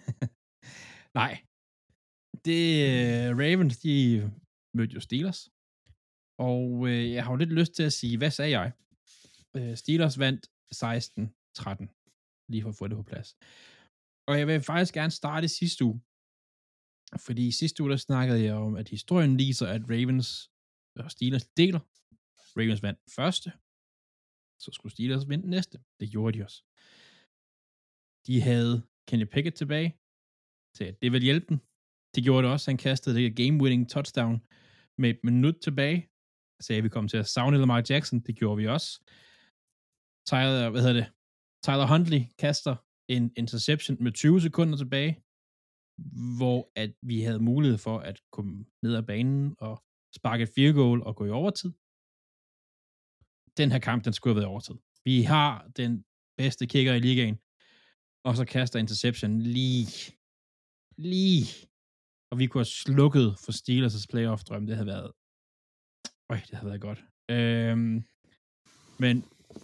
Nej. Det uh, Ravens, de mødte jo Steelers. Og uh, jeg har jo lidt lyst til at sige, hvad sagde jeg? Uh, Steelers vandt seksten tretten. Lige for at få det på plads. Og jeg vil faktisk gerne starte sidste uge. Fordi sidste uge, der snakkede jeg om, at historien viser, at Ravens og Steelers deler. Ravens vandt første. Så skulle Steelers vinde næste. Det gjorde de også. De havde Kenny Pickett tilbage. Så det ville hjælpe dem. Det gjorde det også. Han kastede det game-winning touchdown med et minut tilbage. Så sagde, at vi kom til at savne Lamar Jackson. Det gjorde vi også. Tyler, hvad hedder det? Tyler Huntley kaster en interception med tyve sekunder tilbage, hvor at vi havde mulighed for at komme ned ad banen og sparke et field goal og gå i overtid. Den her kamp, den skulle have været overtid. Vi har den bedste kicker i ligaen, og så kaster interception lige, lige, og vi kunne have slukket for Steelers' playoff-drøm. Det havde været, øj, det havde været godt. Øhm, men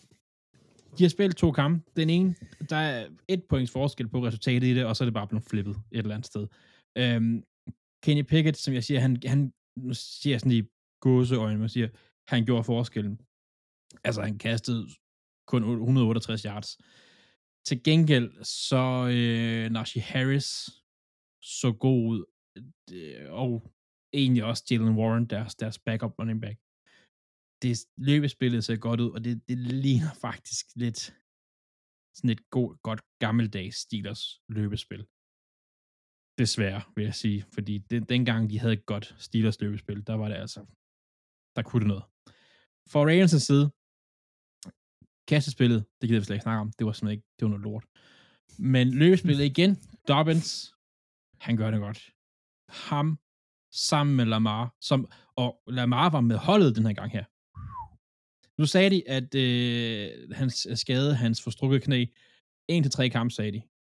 de har spillet to kampe. Den ene, der er et points forskel på resultatet i det, og så er det bare blevet flippet et eller andet sted. Øhm, Kenny Pickett, som jeg siger, han, han nu siger jeg sådan i gåseøjne, man siger, han gjorde forskellen. Altså, han kastede kun et hundrede og otteogtres yards. Til gengæld, så øh, Najee Harris så god ud, og egentlig også Jalen Warren, deres, deres backup running back. Det løbespillet ser godt ud, og det, det ligner faktisk lidt sådan et god, godt gammeldags Steelers løbespil. Desværre, vil jeg sige, fordi det, dengang de havde et godt Steelers løbespil, der var det altså, der kunne det noget. For Ravens' side, kastespillet, det gider vi slet ikke snakke om, det var simpelthen ikke, det var noget lort. Men løbespillet igen, Dobbins, han gør det godt. Ham sammen med Lamar, som, og Lamar var med holdet den her gang her. Nu sagde de, at øh, hans skade, hans forstrukket knæ, en til tre kampe, sagde de.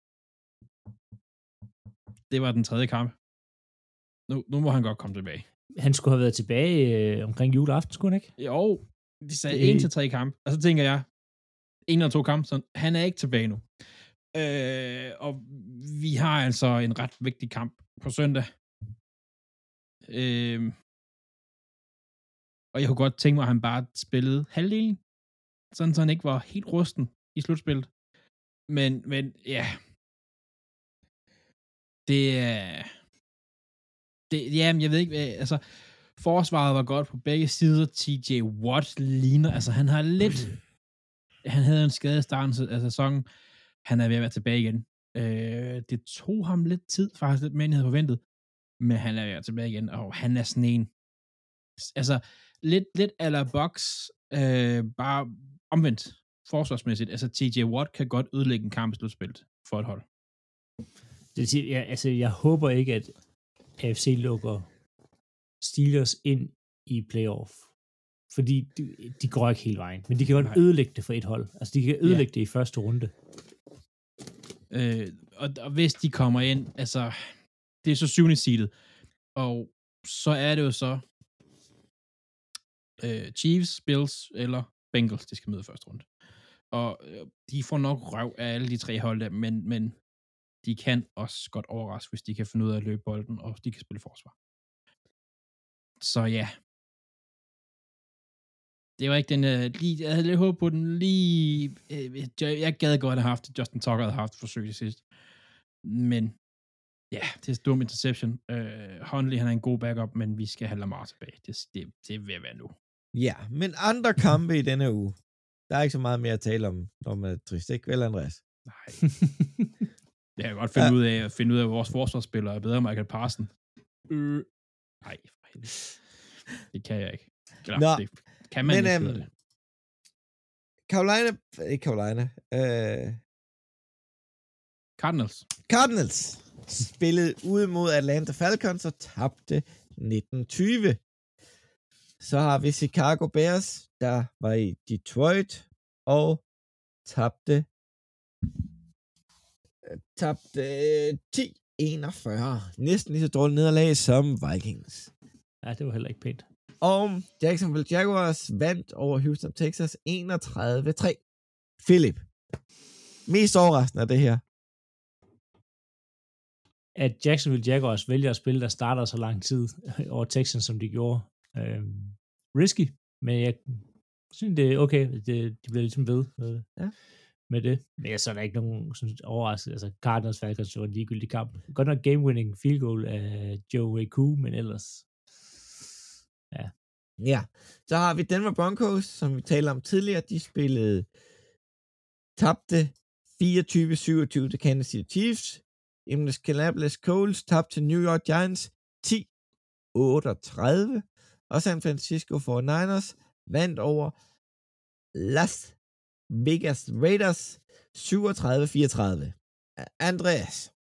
Det var den tredje kamp. Nu, nu må han godt komme tilbage. Han skulle have været tilbage øh, omkring juleaften, skulle han ikke? Jo, de sagde en til tre kampe. Og så tænker jeg, en eller to kampe, så han er ikke tilbage nu. Øh, og vi har altså en ret vigtig kamp på søndag. Øh, og jeg kunne godt tænke mig, at han bare spillede halvdelen, sådan så han ikke var helt rusten i slutspillet. Men, men ja, det er, det, jamen, jeg ved ikke, altså, forsvaret var godt på begge sider. T J Watt ligner, altså han har lidt, han havde en skade i starten af sæsonen, han er ved at være tilbage igen. Øh, det tog ham lidt tid, faktisk lidt mere end jeg havde forventet, men han er ved at være tilbage igen, og han er sådan en, altså, lidt, lidt a la box, øh, bare omvendt, forsvarsmæssigt. Altså, T J Watt kan godt ødelægge en kamp i slutspillet for et hold. Det vil sige, jeg, altså, jeg håber ikke, at A F C lukker Steelers ind i playoff. Fordi de, de går ikke hele vejen. Men de kan godt Nej. ødelægge det for et hold. Altså, de kan ødelægge ja. det i første runde. Øh, og, og hvis de kommer ind, altså, det er så syvende seedet. Og så er det jo så øh, Chiefs, Bills eller Bengals, de skal møde første runde. Og øh, de får nok røv af alle de tre hold der, men, men de kan også godt overraske, hvis de kan finde ud af at løbe bolden, og de kan spille forsvar. Så ja. Det var ikke den, uh, lige, jeg havde lidt håbet på den lige, øh, jeg, jeg gad godt have haft, Justin Tucker havde haft forsøg til sidst. Men ja, det er dum interception. Uh, Hundley, han er en god backup, men vi skal have Lamar tilbage. Det, det, det vil være nu. Ja, men andre kampe i denne uge. Der er ikke så meget mere at tale om, når man er trist, ikke vel, Andreas? Nej. Jeg kan godt finde ja. ud af at finde ud af, at vores forsvarsspillere er bedre end Michael Parson. Øh. Nej, for helvede. Det kan jeg ikke. Klar, Nå, det kan man men, ikke øhm, det. Carolina, ikke Carolina, øh, Cardinals. Cardinals spillede ude mod Atlanta Falcons og tabte nitten tyve. Så har vi Chicago Bears, der var i Detroit og tabte tabte ti enogfyrre. Næsten lige så dårligt nederlag som Vikings. Ja, det var heller ikke pænt. Og Jacksonville Jaguars vandt over Houston Texas enogtredive tre. Philip, mest overraskende af det her? At Jacksonville Jaguars vælger at spille, der starter så lang tid over Texans, som de gjorde. Øhm, risky, men jeg synes, det er okay. Det, de bliver ligesom ved øh, ja. med det. Men jeg så er der ikke nogen sådan, overraskelse. Altså, Cardinals Falcons var en ligegyldig kamp. Godt nok game-winning field goal af Joe Waku, men ellers... Ja. Ja, så har vi Denver Broncos, som vi talte om tidligere. De spillede tabte fireogtyve syvogtyve til Kansas City Chiefs. Indianapolis Colts tabte til New York Giants ti otteogtredive. Og San Francisco forty-niners vandt over Las Vegas Raiders syvogtredive fireogtredive. Andreas.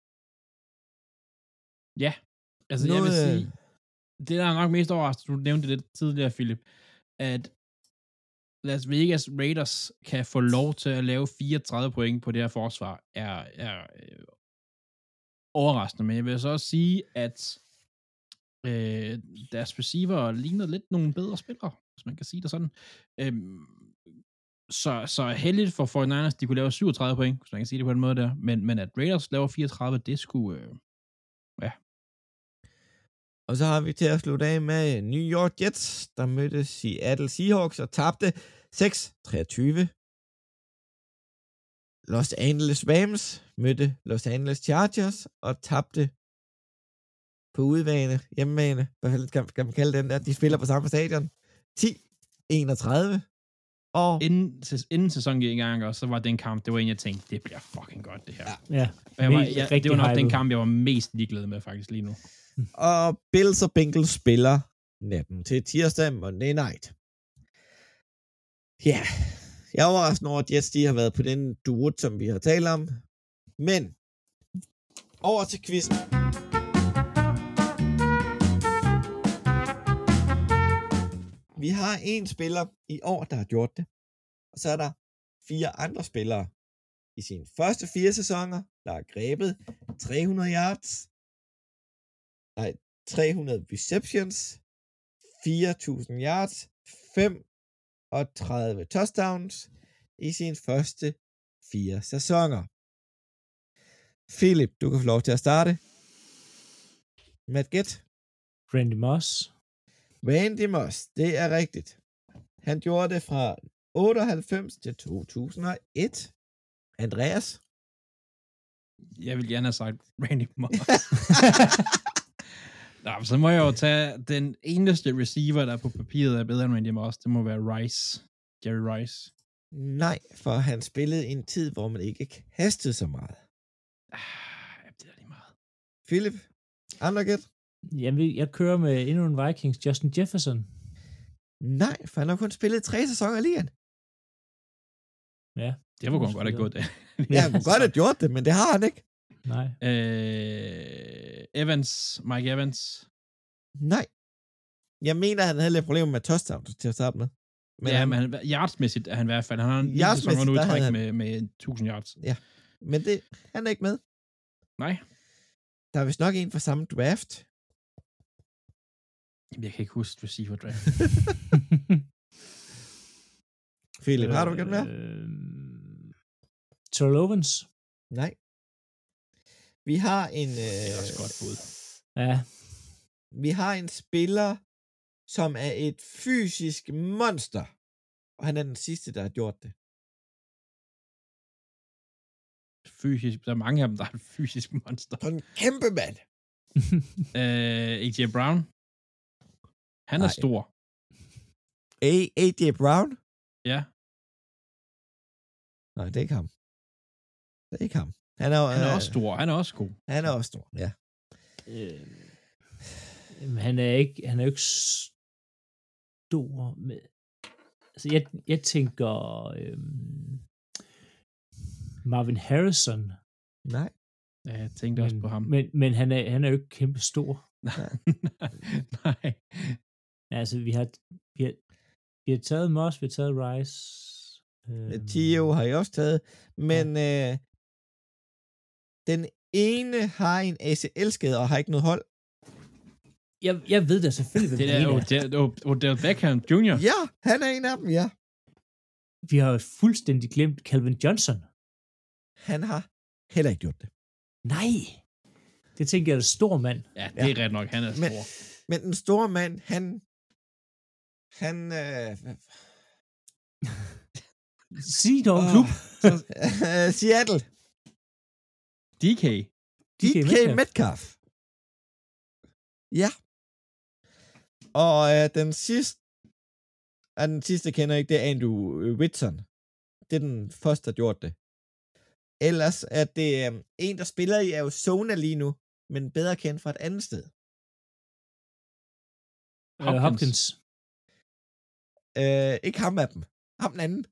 Ja, altså Noget... jeg vil sige, det der er nok mest overraskende, du nævnte det tidligere, Philip, at Las Vegas Raiders kan få lov til at lave fireogtredive point på det her forsvar, er, er øh, overraskende. Men jeg vil så også sige, at øh, deres receiver ligner lidt nogle bedre spillere, hvis man kan sige det sådan. Øhm, så, så heldigt for forty-niners, de kunne lave syvogtredive point, hvis man kan sige det på den måde der. Men, men at Raiders laver fireogtredive, det skulle... Øh, ja. Og så har vi til at slutte af med New York Jets, der mødte Seattle Seahawks og tabte seks treogtyve. Los Angeles Rams mødte Los Angeles Chargers og tabte på udebane, hjemmebane, hvad kan, kan man kalde den der, de spiller på samme stadion, ti enogtredive. Og inden, inden sæsonen gik i gang, og så var den kamp, det var en, jeg tænkte, det bliver fucking godt, det her. Ja, ja. Jeg var, jeg, det var nok hyped. Den kamp, jeg var mest ligeglad med faktisk lige nu. Og Bills og Bengals spiller natten til tirsdag Monday Night. Ja, jeg er overrasket over, at Jets de har været på den duo, som vi har talt om. Men over til quizzen. Vi har en spiller i år, der har gjort det. Og så er der fire andre spillere i sine første fire sæsoner, der har grebet tre hundrede yards, nej, tre hundrede receptions, fire tusind yards, femogtredive touchdowns i sine første fire sæsoner. Philip, du kan få lov til at starte. Matt gæt. Randy Moss. Randy Moss, det er rigtigt. Han gjorde det fra otteoghalvfems til to tusind og et. Andreas? Jeg vil gerne have sagt Randy Moss. Nå, så må jeg jo tage den eneste receiver, der på papiret er bedre end Randy Moss. Det må være Rice. Jerry Rice. Nej, for han spillede i en tid, hvor man ikke kastede så meget. Ah, det er lige meget. Philip? Andre gæt? Jeg, jeg kører med endnu en Vikings, Justin Jefferson. Nej, for han har kun spillet tre sæsoner lige igen. Ja. Det var godt at gå det. Ja, han kunne godt have gjort det, men det har han ikke. Nej. Øh, Evans, Mike Evans. Nej. Jeg mener, han havde lidt problemer med touchdowns til at starte med. Men ja, han, men han, yardsmæssigt er han i hvert fald. Han har en sæson nu i træk han... med, med tusind yards. Ja, men det, han er ikke med. Nej. Der er vist nok en fra samme draft. Jeg kan ikke huske receiver draft. Philip, har du igen med? Øh, Terrell Owens. Nej. Vi har en... Øh, det er også godt bud. Ja. Vi har en spiller, som er et fysisk monster. Og han er den sidste, der har gjort det. Fysisk. Der er mange af dem, der er et fysisk monster. En kæmpe mand. øh, A J Brown. Han er Nej. stor. A. A J Brown? Ja. Nej, det er ikke ham. Det er ikke ham. Han er, han er øh, også stor. Han er også god. Han er også stor, ja. Øh, han er ikke, han er jo ikke stor med... Altså, jeg, jeg tænker øhm, Marvin Harrison. Nej. Ja, jeg tænkte men, også på ham. Men, men han, er, han er jo ikke kæmpe stor. Nej. Altså, vi har, vi har, vi har taget Moss, vi har taget Rice. Øhm. Tio har jeg også taget, men ja. øh, den ene har en A C L-skade og har ikke noget hold. Jeg, jeg ved da selvfølgelig, hvem det er. Det er Odell Beckham junior Ja, han er en af dem, ja. Vi har fuldstændig glemt Calvin Johnson. Han har heller ikke gjort det. Nej! Det tænker jeg er en stor mand. Ja, det er ja. ret nok, han er stor. Men, men den store mand, han... Han... Øh, Sig dog en klub. uh, Seattle. D K. D K Metcalf. Ja. Og øh, den sidste, er den sidste kender ikke, det er Andrew Whitson. Det er den første, der gjort det. Ellers er det øh, en, der spiller i Arizona lige nu, men bedre kendt fra et andet sted. Hopkins. Uh, Hopkins. Øh, ikke ham af dem. Ham den anden.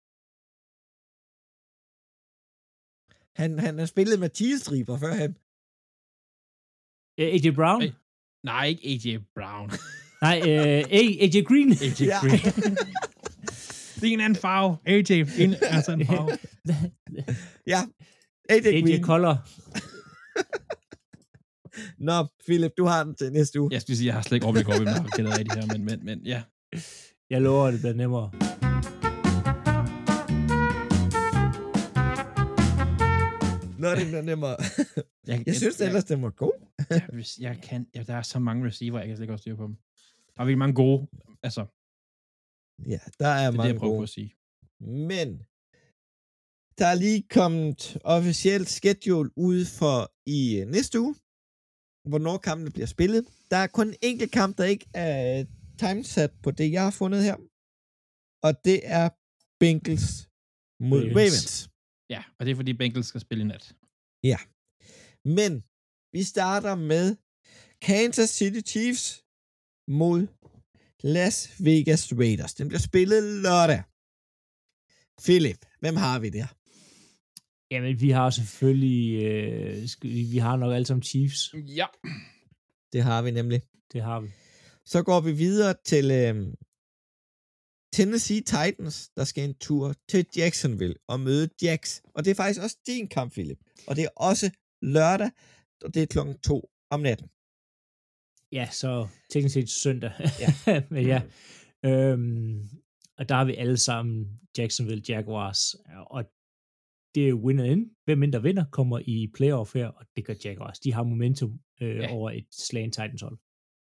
Han, han har spillet med T-striber førhen. Uh, A J Brown? Hey. Nej, ikke A J Brown. Nej, uh, A J Green. A J ja. Green. Det er en anden farve. A J, en, altså en farve. Ja, A J Green. A J Color. Nå, Philip, du har den til næste uge. Jeg skulle sige, jeg har slet ikke overblik over, hvem jeg kender rigtig her, men, men, men ja. Jeg lover, det bliver nemmere. Nå, det bliver nemmere. jeg, jeg synes jeg, ellers, den var god. jeg, hvis jeg kan, ja, der er så mange receiver, jeg kan slet ikke også styre på dem. Der er virkelig mange gode, altså. Ja, der er det, mange det, jeg gode. At sige. Men der er lige kommet officielt schedule ud for i næste uge, hvornår kampene bliver spillet. Der er kun en enkelt kamp, der ikke er timesat på det, jeg har fundet her. Og det er Bengals mod Ravens. Ravens. Ja, og det er fordi Bengals skal spille i nat. Ja. Men vi starter med Kansas City Chiefs mod Las Vegas Raiders. Den bliver spillet lørdag. Philip, hvem har vi der? Jamen, vi har selvfølgelig, øh, vi har nok alle sammen Chiefs. Ja. Det har vi nemlig. Det har vi. Så går vi videre til øh, Tennessee Titans, der skal en tur til Jacksonville og møde Jacks. Og det er faktisk også din kamp, Philip. Og det er også lørdag, og det er klokken to om natten. Ja, så teknisk set søndag. Ja. Men ja. Øhm, og der har vi alle sammen Jacksonville Jaguars. Og det er win-in. Hvem mindre vinder, kommer i playoff her, og det gør Jaguars. De har momentum øh, ja. over et slagen Titans hold.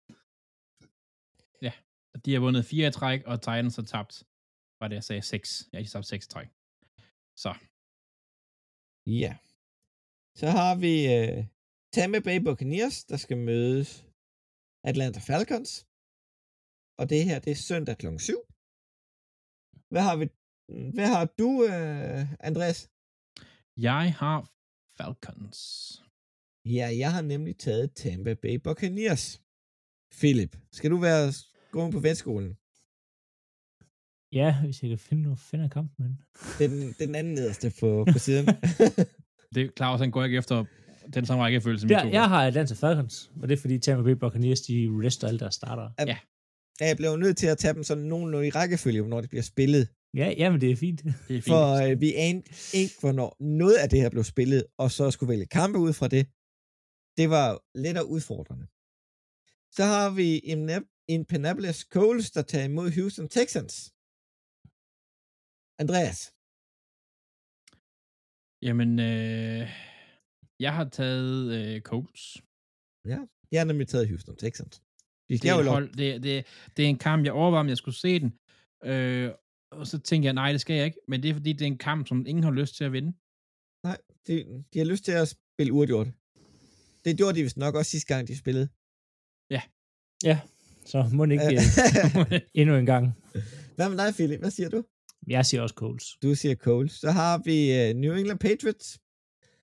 Ja, de har vundet fire i træk, og Titans har tabt, var det jeg sagde, seks. Ja, de har tabt seks i træk. Så. Ja. Så har vi uh, Tampa Bay Buccaneers, der skal mødes Atlanta Falcons. Og det her, det er søndag klokken syv. Hvad har vi? Hvad har du, uh, Andreas? Jeg har Falcons. Ja, jeg har nemlig taget Tampa Bay Buccaneers. Philip, skal du være gående på vetskolen? Ja, hvis jeg kan finde noget, finder kampen. Men... Det er den, det er den anden nederste på, på siden. Det er Claus, han går ikke efter den samme rækkefølge som ja, jeg har Atlanta Falcons, og det er fordi Tampa Bay Buccaneers, de rester alle deres starter. Ja. Jeg blev nødt til at tage dem sådan nogenlunde i rækkefølge, når det bliver spillet. Ja, ja, men det er fint. Det er fint. For øh, vi anede ikke, hvornår noget af det her blev spillet, og så skulle vælge kampe ud fra det. Det var lidt udfordrende. Så har vi Indianapolis Colts, der tager imod Houston Texans. Andreas? Jamen, øh, jeg har taget øh, Colts. Ja, jeg har nemlig taget Houston Texans. De det, er hold, det, det, det er en kamp, jeg overvejer, om jeg skulle se den. Øh, og så tænker jeg, nej, det skal jeg ikke. Men det er fordi, det er en kamp, som ingen har lyst til at vinde. Nej, de, de har lyst til at spille uafgjort. Det gjorde de vist nok også sidste gang, de spillede. Ja. Ja, så må det ikke endnu en gang. Hvad med dig, Philip? Hvad siger du? Jeg siger også Colts. Du siger Colts. Så har vi uh, New England Patriots,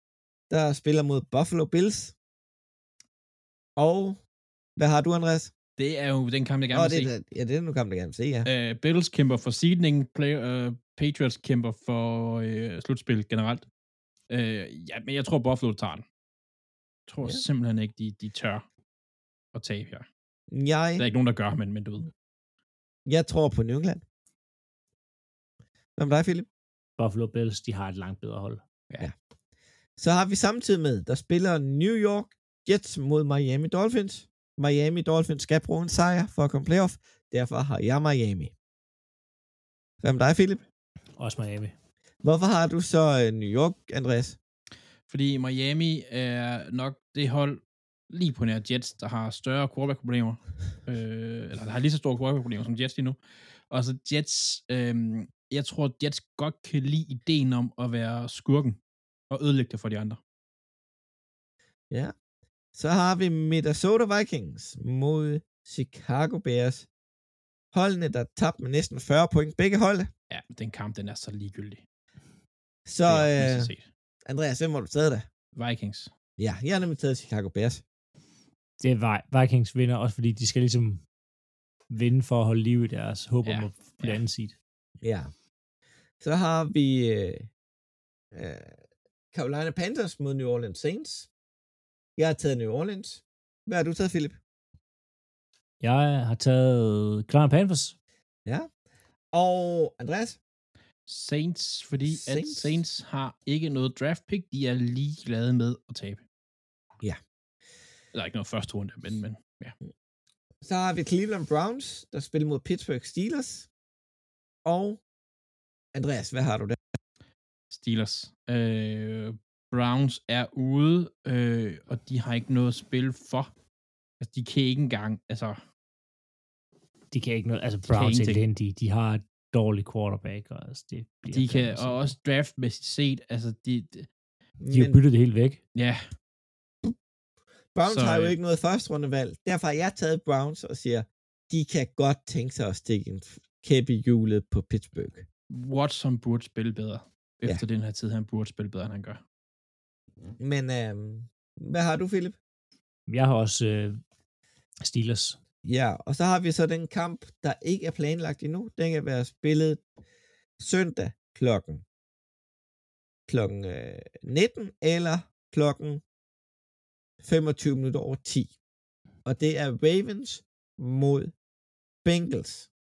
der spiller mod Buffalo Bills. Og hvad har du, Andreas? Det er jo den kamp, jeg gerne Åh, vil det se. er, ja, det er nu kamp, jeg gerne vil se, ja. Uh, Bills kæmper for seedning, play, uh, Patriots kæmper for uh, slutspil generelt. Uh, ja, men jeg tror, Buffalo tager den. Jeg tror Ja. simpelthen ikke, de, de tør at tabe her. Jeg, Der er ikke nogen, der gør, men, men du ved. jeg tror på New England. Hvad med dig, Philip? Buffalo Bills, de har et langt bedre hold. Ja. Så har vi samtidig med, der spiller New York Jets mod Miami Dolphins. Miami Dolphins skal bruge en sejr for at komme playoff. Derfor har jeg Miami. Hvad med dig, Philip? Også Miami. Hvorfor har du så uh, New York, Andreas? Fordi Miami er nok det hold lige på nær Jets, der har større quarterback-problemer. øh, eller der har lige så store quarterback-problemer som Jets lige nu. Og så Jets, øh, jeg tror, Jets godt kan lide ideen om at være skurken og ødelægge det for de andre. Ja. Så har vi Minnesota Vikings mod Chicago Bears. Holdene, der tabte med næsten fyrre point. Begge hold. Ja, den kamp, den er så ligegyldig. Så, Det er øh, øh, set. Andreas, hvem har du taget der? Vikings. Ja, jeg har nemlig taget Chicago Bears. Det er Vi- Vikings vinder også, fordi de skal ligesom vinde for at holde liv i deres håb om Ja, at blive ja. anden seed. Ja. Så har vi øh, øh, Carolina Panthers mod New Orleans Saints. Jeg har taget New Orleans. Hvad har du taget, Philip? Jeg har taget Carolina Panthers. Ja. Og Andreas? Saints, fordi Saints. at Saints. Saints har ikke noget draft pick. De er ligeglade med at tabe. Ja. Der er ikke noget første runde, men, men ja. Så har vi Cleveland Browns, der spiller mod Pittsburgh Steelers. Og Andreas, hvad har du der? Steelers. Øh, Browns er ude, øh, og de har ikke noget at spille for. Altså, de kan ikke engang, altså... De kan ikke noget, altså kan Browns er ingenting. elendige. De har et dårligt quarterback, og altså, det bliver De kan, fandme og sådan. også draftmæssigt set, altså, de, de De har byttet det helt væk. ja, Browns Så, har jo øh, ikke noget første rundevalg. Derfor har jeg taget Browns og siger, de kan godt tænke sig at stikke en kæp i hjulet på Pittsburgh. Watson burde spille bedre. Ja. Efter den her tid, han burde spille bedre, end han gør. Men øhm, hvad har du, Philip? Jeg har også øh, Steelers. Ja, og så har vi så den kamp, der ikke er planlagt endnu. Den kan være spillet søndag klokken, klokken øh, nitten eller klokken femogtyve minutter over ti. Og det er Ravens mod Bengals.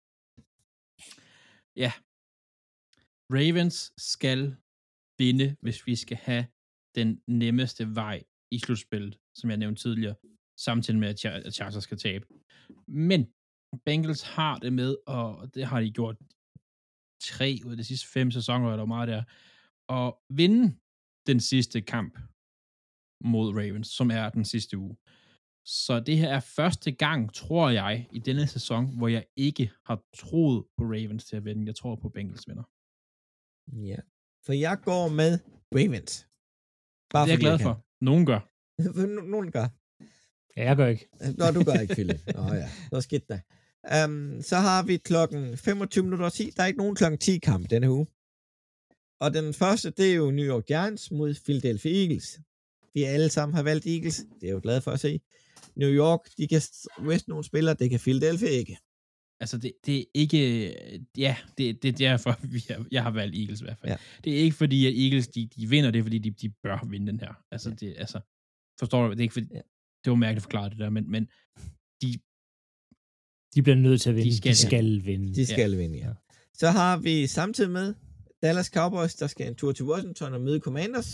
Ja. Ravens skal vinde, hvis vi skal have den nemmeste vej i slutspillet, som jeg nævnte tidligere, samtidig med, at Char- at Chargers skal tabe. Men Bengals har det med, og det har de gjort tre ud af de sidste fem sæsoner, eller hvor meget der, at vinde den sidste kamp mod Ravens, som er den sidste uge. Så det her er første gang, tror jeg, i denne sæson, hvor jeg ikke har troet på Ravens til at vinde. Jeg tror på Bengals vinder. Ja, for jeg går med Ravens. Bare Det er jeg fordi glad kan. for. Nogen gør. No- Nogen gør. Ja, jeg gør ikke. Nå, du gør ikke, Philip. Nå ja, det var skidt da. Um, så har vi klokken femogtyve minutter og ti. Der er ikke nogen klokken ti kamp denne uge. Og den første, det er jo New York Giants mod Philadelphia Eagles. Vi alle sammen har valgt Eagles. Det er jeg jo glad for at se. New York, de kan reste nogle spillere, det kan Philadelphia ikke. Altså, det, det er ikke... Ja, det, det er derfor, vi har, jeg har valgt Eagles i hvert fald. Ja. Det er ikke fordi, at Eagles, de, de vinder, det er fordi, de, de bør vinde den her. Altså, det, altså forstår du? Det er ikke fordi... Ja. Det var mærkeligt forklaret, det der, men, men de... De bliver nødt til at vinde. De skal, de skal vinde. De skal ja. vinde, ja. Så har vi samtidig med Dallas Cowboys, der skal en tur til Washington og møde Commanders.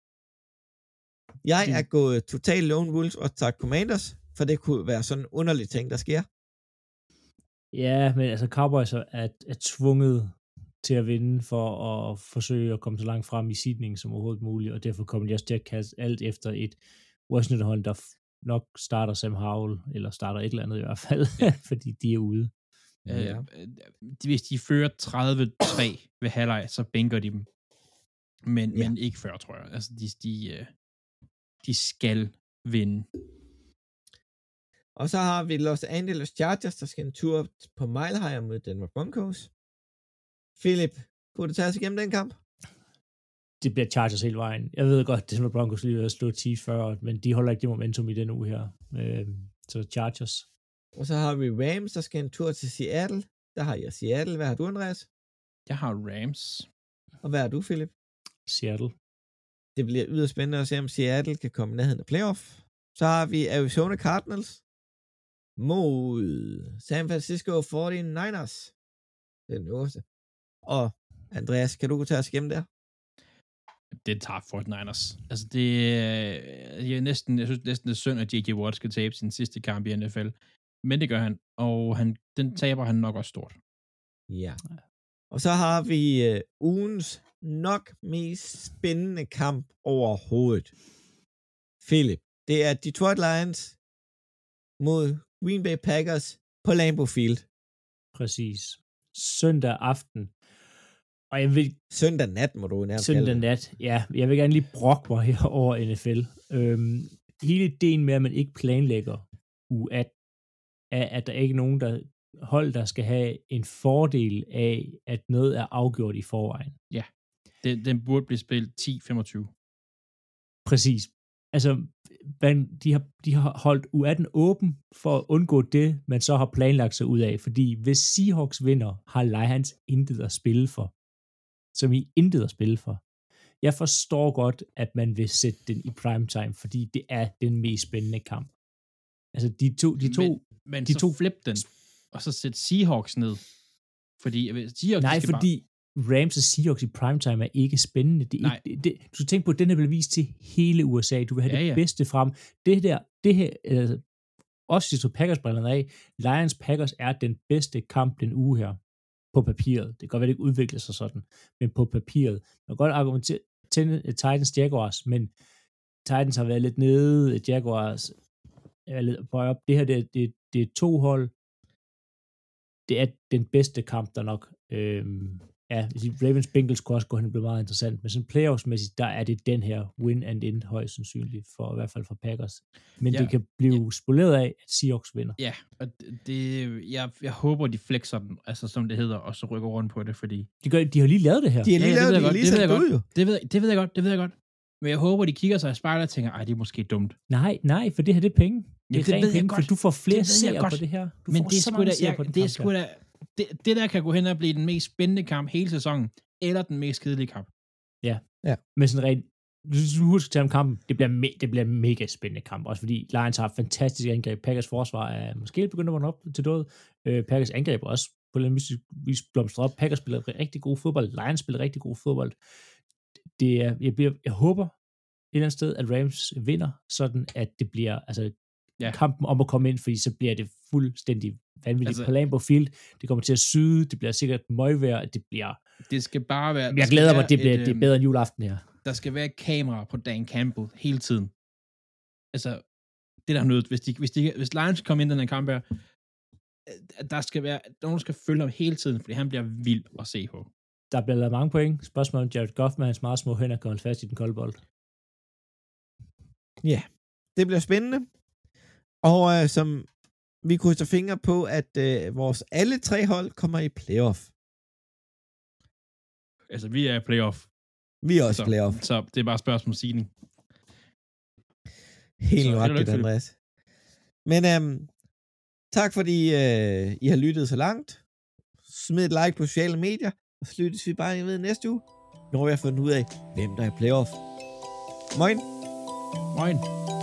Jeg er gået total lone wolf og tager Commanders, for det kunne være sådan en underlig ting, der sker. Ja, men altså Cowboys er, er tvunget til at vinde for at forsøge at komme så langt frem i seedningen som overhovedet muligt, og derfor kommer de også til at kaste alt efter et Washington-hold, der nok starter Sam Howell, eller starter et eller andet i hvert fald, fordi de er ude. Ja. Øh, hvis de fører tredive tre ved halvleg, så bænker de dem. Men, ja. men ikke før, tror jeg. Altså, de, de, de skal vinde. Og så har vi Los Angeles Chargers, der skal en tur på Mile High mod Denver Broncos. Philip, kunne du tage os igennem den kamp? Det bliver Chargers hele vejen. Jeg ved godt, Denver Broncos lige ved at slå ti fyrre, men de holder ikke det momentum i den uge her. Så Chargers. Og så har vi Rams, der skal en tur til Seattle. Der har jeg Seattle. Hvad har du, Andreas? Jeg har Rams. Og hvad har du, Philip? Seattle. Det bliver yderst spændende at se, om Seattle kan komme ned af playoff. Så har vi Arizona Cardinals mod San Francisco forty-niners. Det er den øverste. Og Andreas, kan du gå til at skemme der? Det tager forty-niners. Altså det jeg er næsten, jeg synes næsten det er synd, at J J Watt skal tabe sin sidste kamp i N F L. Men det gør han, og han, den taber han nok også stort. Ja. Og så har vi uh, ugens nok mest spændende kamp overhovedet. Philip, det er Detroit Lions mod Green Bay Packers på Lambeau Field. Præcis. Søndag aften. Og jeg vil... Søndag nat, må du nærmest Søndag nat, ja. Jeg vil gerne lige brokke mig her over N F L. Øhm, hele ideen med, at man ikke planlægger uge atten, er, at der ikke er nogen, der hold, der skal have en fordel af, at noget er afgjort i forvejen. Ja, den, den burde blive spillet ti femogtyve. Præcis. Altså, man, de, har, de har holdt uge atten åben for at undgå det, man så har planlagt sig ud af. Fordi hvis Seahawks vinder, har Lions intet at spille for. Som i intet at spille for. Jeg forstår godt, at man vil sætte den i primetime, fordi det er den mest spændende kamp. Altså, de to... De to men men de så to, flip den, og så sæt Seahawks ned. Fordi Seahawks nej, fordi bare... Rams og Seahawks i primetime er ikke spændende. Det er ikke, det, det, du skal tænke på, at den er blevet vist til hele U S A. Du vil have ja, det ja. bedste frem. Det der, det her, altså, også hvis du Packers-brillerne af, Lions-Packers er den bedste kamp den uge her. På papiret. Det kan godt være, det ikke udvikler sig sådan. Men på papiret. Man kan godt argumentere til Titans-Jaguars, men Titans har været lidt nede. Jaguars er lidt på op. Det her, det, det, det er to hold. Det er den bedste kamp, der nok øhm, ja, Ravens Bengals kunne også gå hen og blive meget interessant, men sådan playoffs-mæssigt, der er det den her win and end højst sandsynligt, for i hvert fald for Packers. Men ja, det kan blive ja. spoleret af, at Seahawks vinder. Ja, og det, jeg, jeg håber, de flexer den, altså som det hedder, og så rykker rundt på det, fordi... De, gør, de har lige lavet det her. De har lige ja, lavet det, det, de lige sat ud, jo. Det ved, det ved jeg godt, det ved jeg godt. Men jeg håber, de kigger sig i spejlet og tænker, ej, det er måske dumt. Nej, nej, for det her, det er penge. Det er ja, rent penge, for du får flere seere på det her. Du men får det så mange seere ja, på den det kamp. Sgu da, det, det der kan gå hen og blive den mest spændende kamp hele sæsonen, eller den mest kedelige kamp. Ja, ja. Men sådan rent, hvis du husker til om kampen, det bliver, me, det bliver en mega spændende kamp, også fordi Lions har et fantastisk angreb. Packers forsvar er måske begyndt at vende op til død. Øh, Packers angreb også på en vis blomstret op. Packers spiller rigtig god fodbold. Lions spiller rigtig god fodbold. Det er, jeg, bliver, jeg håber et eller andet sted, at Rams vinder, sådan at det bliver altså, ja. kampen om at komme ind, fordi så bliver det fuldstændig vanvittigt altså, på Lambeau Field. Det kommer til at syde, det bliver sikkert møgvejr, det bliver... Det skal bare være... Jeg glæder mig, det, bliver, et, det er bedre end juleaften her. Der skal være et kamera på Dan Campbell hele tiden. Altså, det der er nødt. Hvis, de, hvis, de, hvis Lions kommer ind i den her kamp her, der skal være... Nogen skal følge ham hele tiden, fordi han bliver vild at se på. Der bliver lavet mange point. Spørgsmålet om Jared Goff med hans meget små hænder kan holde fast i den kolde bold. Ja, det bliver spændende. Og øh, som vi krydser fingre på, at øh, vores alle tre hold kommer i playoff. Altså, vi er i playoff. Vi er også så, playoff. Så det er bare spørgsmål om signing. Helt rigtigt, Andreas. Men øhm, tak fordi øh, I har lyttet så langt. Smid et like på sociale medier, og så lyttes vi bare ved næste uge, når vi har fundet ud af, hvem der er i playoff. Moin. Moin.